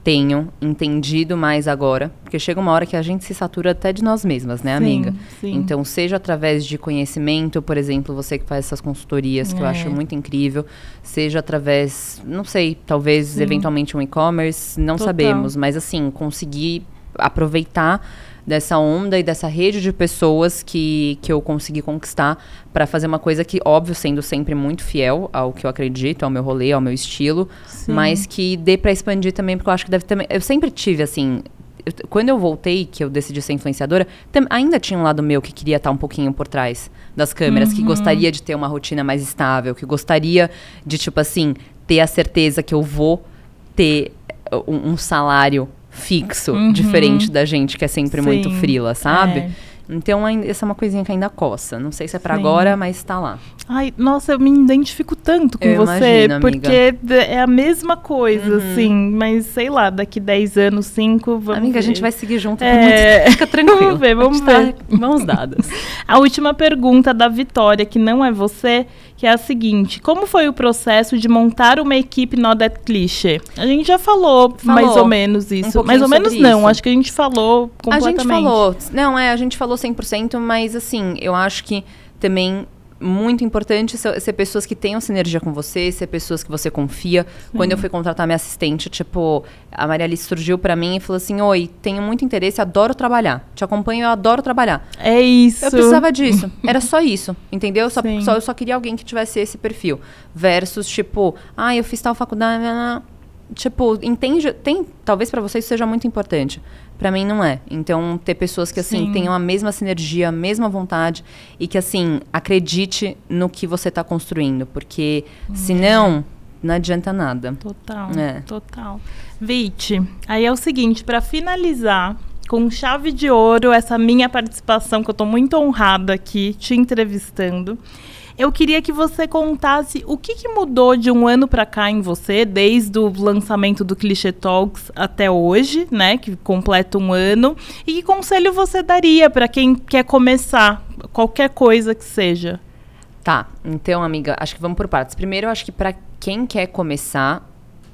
tenho entendido mais agora, porque chega uma hora que a gente se satura até de nós mesmas, né, amiga? Sim, sim. Então, seja através de conhecimento, por exemplo, você que faz essas consultorias, que É. eu acho muito incrível, seja através, não sei, talvez Sim. eventualmente um e-commerce, não Total. sabemos, mas assim, conseguir aproveitar dessa onda e dessa rede de pessoas que, que eu consegui conquistar para fazer uma coisa que, óbvio, sendo sempre muito fiel ao que eu acredito, ao meu rolê, ao meu estilo, Sim. mas que dê para expandir também, porque eu acho que deve também... Eu sempre tive, assim... eu- quando eu voltei, que eu decidi ser influenciadora, tam- ainda tinha um lado meu que queria estar um pouquinho por trás das câmeras, Uhum. que gostaria de ter uma rotina mais estável, que gostaria de, tipo assim, ter a certeza que eu vou ter um, um salário fixo, Uhum. diferente da gente que é sempre Sim. muito frila, sabe? É. Então, ainda- essa é uma coisinha que ainda coça. Não sei se é pra Sim. agora, mas tá lá. Ai, nossa, eu me identifico tanto com Eu você, imagino, amiga. porque d- é a mesma coisa, Uhum. assim, mas sei lá, daqui dez anos, cinco, vamos Amiga, a ver. gente vai seguir junto por É. muito tempo. Fica tranquilo. Vamos ver, vamos A ver. gente tá mãos dadas. A última pergunta da Vitória, que não é você, que é a seguinte: como foi o processo de montar uma equipe no That Cliché? A gente já falou, Falou mais ou menos um isso. pouquinho mais ou menos sobre não, isso. acho que a gente falou A completamente. gente falou. Não, é, a gente falou cem por cento, mas assim, eu acho que também muito importante ser, ser pessoas que tenham sinergia com você, ser pessoas que você confia. Quando eu fui contratar minha assistente, tipo, a Maria Alice surgiu pra mim e falou assim: oi, tenho muito interesse, adoro trabalhar. Te acompanho, eu adoro trabalhar. É isso. Eu precisava disso. Era só isso, entendeu? Só, Sim. só, eu só queria alguém que tivesse esse perfil. Versus, tipo, ah, eu fiz tal faculdade. Não, não. Tipo, entende? Tem, talvez pra você isso seja muito importante. Pra mim não é. Então, ter pessoas que, assim, Sim. tenham a mesma sinergia, a mesma vontade e que, assim, acredite no que você tá construindo. Porque, senão, não adianta nada. Total, É. total. Vite, aí é o seguinte, para finalizar com chave de ouro essa minha participação, que eu tô muito honrada aqui te entrevistando, eu queria que você contasse o que, que mudou de um ano para cá em você, desde o lançamento do Cliché Talks até hoje, né, que completa um ano, e que conselho você daria para quem quer começar, qualquer coisa que seja. Tá, então, amiga, acho que vamos por partes. Primeiro, eu acho que pra quem quer começar,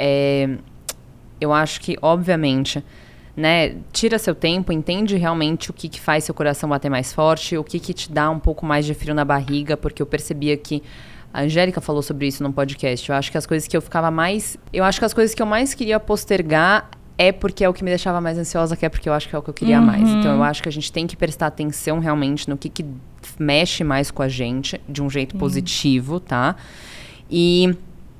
é, eu acho que, obviamente, né, tira seu tempo, entende realmente o que, que faz seu coração bater mais forte, o que, que te dá um pouco mais de frio na barriga, porque eu percebia que a Angélica falou sobre isso num podcast. Eu acho que as coisas que eu ficava mais... Eu acho que as coisas que eu mais queria postergar é porque é o que me deixava mais ansiosa, que é porque eu acho que é o que eu queria Uhum. mais. Então, eu acho que a gente tem que prestar atenção realmente no que, que mexe mais com a gente, de um jeito positivo, tá? E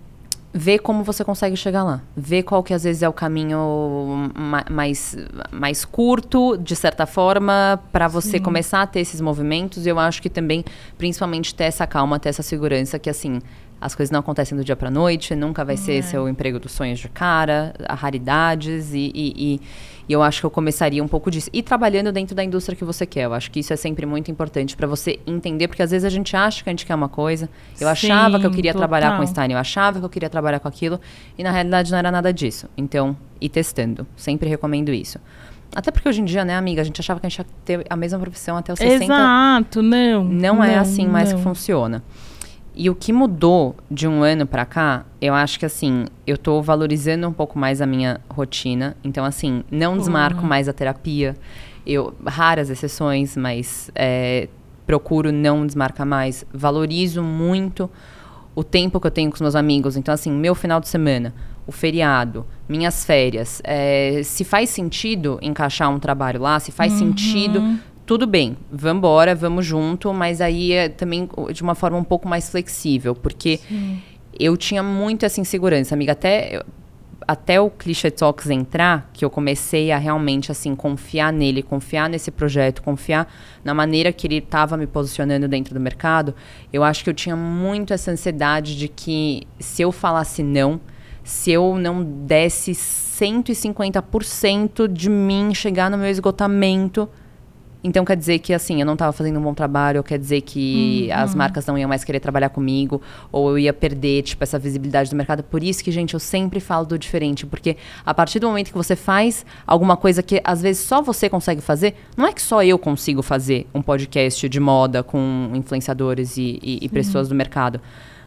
ver como você consegue chegar lá. Ver qual que às vezes é o caminho ma- mais, mais curto, de certa forma, para você começar a ter esses movimentos. E eu acho que também, principalmente, ter essa calma, ter essa segurança que, assim, as coisas não acontecem do dia pra noite, nunca vai ser seu emprego dos sonhos de cara, a raridades, e, e, e, e eu acho que eu começaria um pouco disso. E trabalhando dentro da indústria que você quer, eu acho que isso é sempre muito importante pra você entender, porque às vezes a gente acha que a gente quer uma coisa, eu Sim, achava que eu queria trabalhar com total. styling, eu achava que eu queria trabalhar com aquilo, e na realidade não era nada disso. Então, ir testando, sempre recomendo isso. Até porque hoje em dia, né, amiga, a gente achava que a gente ia ter a mesma profissão até os sessenta. Exato, não. Não, é assim mais não. que funciona. E o que mudou de um ano pra cá, eu acho que assim, eu tô valorizando um pouco mais a minha rotina. Então, assim, não desmarco mais a terapia. Eu, raras exceções, mas é, procuro não desmarcar mais. Valorizo muito o tempo que eu tenho com os meus amigos. Então, assim, meu final de semana, o feriado, minhas férias. É, se faz sentido encaixar um trabalho lá, se faz sentido... Tudo bem, vamos embora, vamos junto, mas aí é também de uma forma um pouco mais flexível, porque eu tinha muito essa insegurança, amiga, até, até o Cliché Talks entrar, que eu comecei a realmente, assim, confiar nele, confiar nesse projeto, confiar na maneira que ele estava me posicionando dentro do mercado, eu acho que eu tinha muito essa ansiedade de que se eu falasse não, se eu não desse cento e cinquenta por cento de mim chegar no meu esgotamento... Então, quer dizer que, assim, eu não estava fazendo um bom trabalho, ou quer dizer que as marcas não iam mais querer trabalhar comigo, ou eu ia perder, tipo, essa visibilidade do mercado. Por isso que, gente, eu sempre falo do diferente, porque a partir do momento que você faz alguma coisa que, às vezes, só você consegue fazer, não é que só eu consigo fazer um podcast de moda com influenciadores e, e, e pessoas do mercado,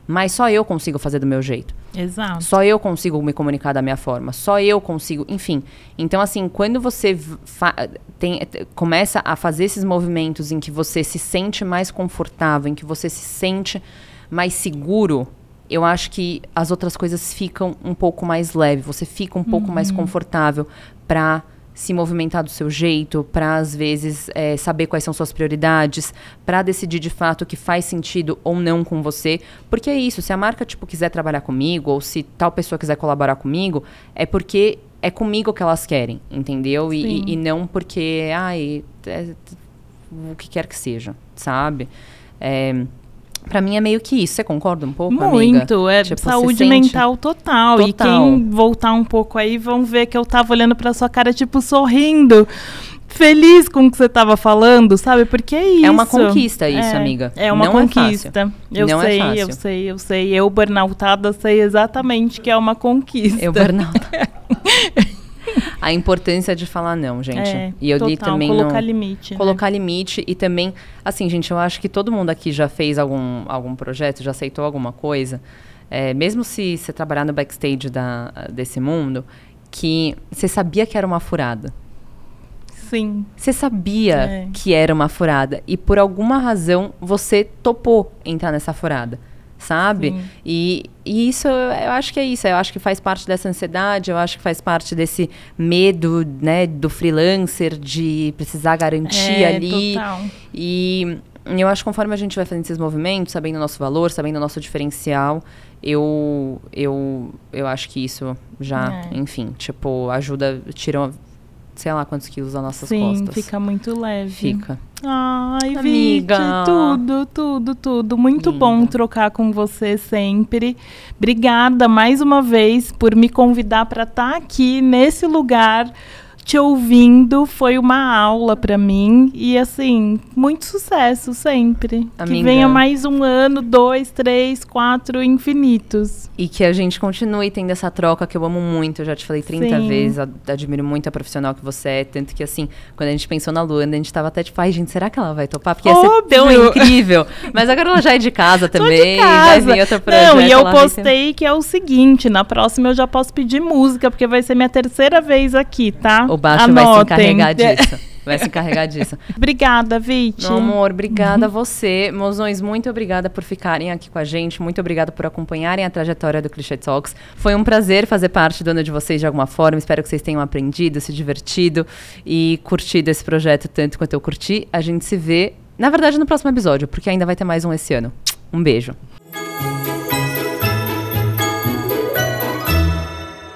mas só eu consigo fazer do meu jeito. Exato. Só eu consigo me comunicar da minha forma. Só eu consigo... Enfim. Então, assim, quando você tem, começa a fazer esses movimentos em que você se sente mais confortável, em que você se sente mais seguro, eu acho que as outras coisas ficam um pouco mais leves. Você fica um pouco uhum. mais confortável para se movimentar do seu jeito, para, às vezes, é, saber quais são suas prioridades, para decidir, de fato, o que faz sentido ou não com você. Porque é isso, se a marca, tipo, quiser trabalhar comigo, ou se tal pessoa quiser colaborar comigo, é porque é comigo que elas querem, entendeu? E, e, e não porque, ai, é, o que quer que seja, sabe? É... Pra mim é meio que isso. Você concorda um pouco, Muito, amiga? é tipo, saúde mental total. total. E quem voltar um pouco aí, vão ver que eu tava olhando pra sua cara, tipo, sorrindo, feliz com o que você tava falando, sabe? Porque é isso. É uma conquista isso, é, amiga. É uma Não conquista. É fácil. Eu Não sei, é fácil. eu sei, eu sei. Eu, burnoutada, sei exatamente que é uma conquista. Eu, burnoutada. A importância de falar não, gente. É, e eu total, li também colocar no, limite. Colocar né? limite e também, assim, gente, eu acho que todo mundo aqui já fez algum, algum projeto, já aceitou alguma coisa. É, mesmo se você trabalhar no backstage da, desse mundo, que você sabia que era uma furada. Sim. Você sabia é. que era uma furada. E por alguma razão você topou entrar nessa furada. Sabe? E, e isso, eu acho que é isso. Eu acho que faz parte dessa ansiedade, eu acho que faz parte desse medo, né, do freelancer, de precisar garantir é, ali. Total. E eu acho que conforme a gente vai fazendo esses movimentos, sabendo o nosso valor, sabendo o nosso diferencial, eu, eu, eu acho que isso já, é. enfim, tipo, ajuda, tira, sei lá quantos quilos das nossas Sim, costas. Sim, fica muito leve. Fica. Ai, amiga. Viti, tudo, tudo, tudo. Muito Linda. Bom trocar com você sempre. Obrigada mais uma vez por me convidar para estar aqui nesse lugar, te ouvindo. Foi uma aula para mim e, assim, muito sucesso sempre. Amiga. Que venha mais um ano, dois, três, quatro, infinitos. E que a gente continue tendo essa troca que eu amo muito. Eu já te falei trinta Sim. vezes. Admiro muito a profissional que você é. Tanto que, assim, quando a gente pensou na Luana, a gente tava até tipo, ai, gente, será que ela vai topar? Porque Óbvio. ia ser tão incrível. Mas agora ela já é de casa também. De casa. Vai vir outro projeto. Não, e eu postei que é o seguinte, na próxima eu já posso pedir música, porque vai ser minha terceira vez aqui, tá? O baixo Anotem. vai se encarregar disso. Vai se encarregar disso. Obrigada, Viti. Meu amor, obrigada a você. Mozões, muito obrigada por ficarem aqui com a gente. Muito obrigada por acompanharem a trajetória do Clichê Talks. Foi um prazer fazer parte do ano de vocês de alguma forma. Espero que vocês tenham aprendido, se divertido e curtido esse projeto tanto quanto eu curti. A gente se vê, na verdade, no próximo episódio, porque ainda vai ter mais um esse ano. Um beijo.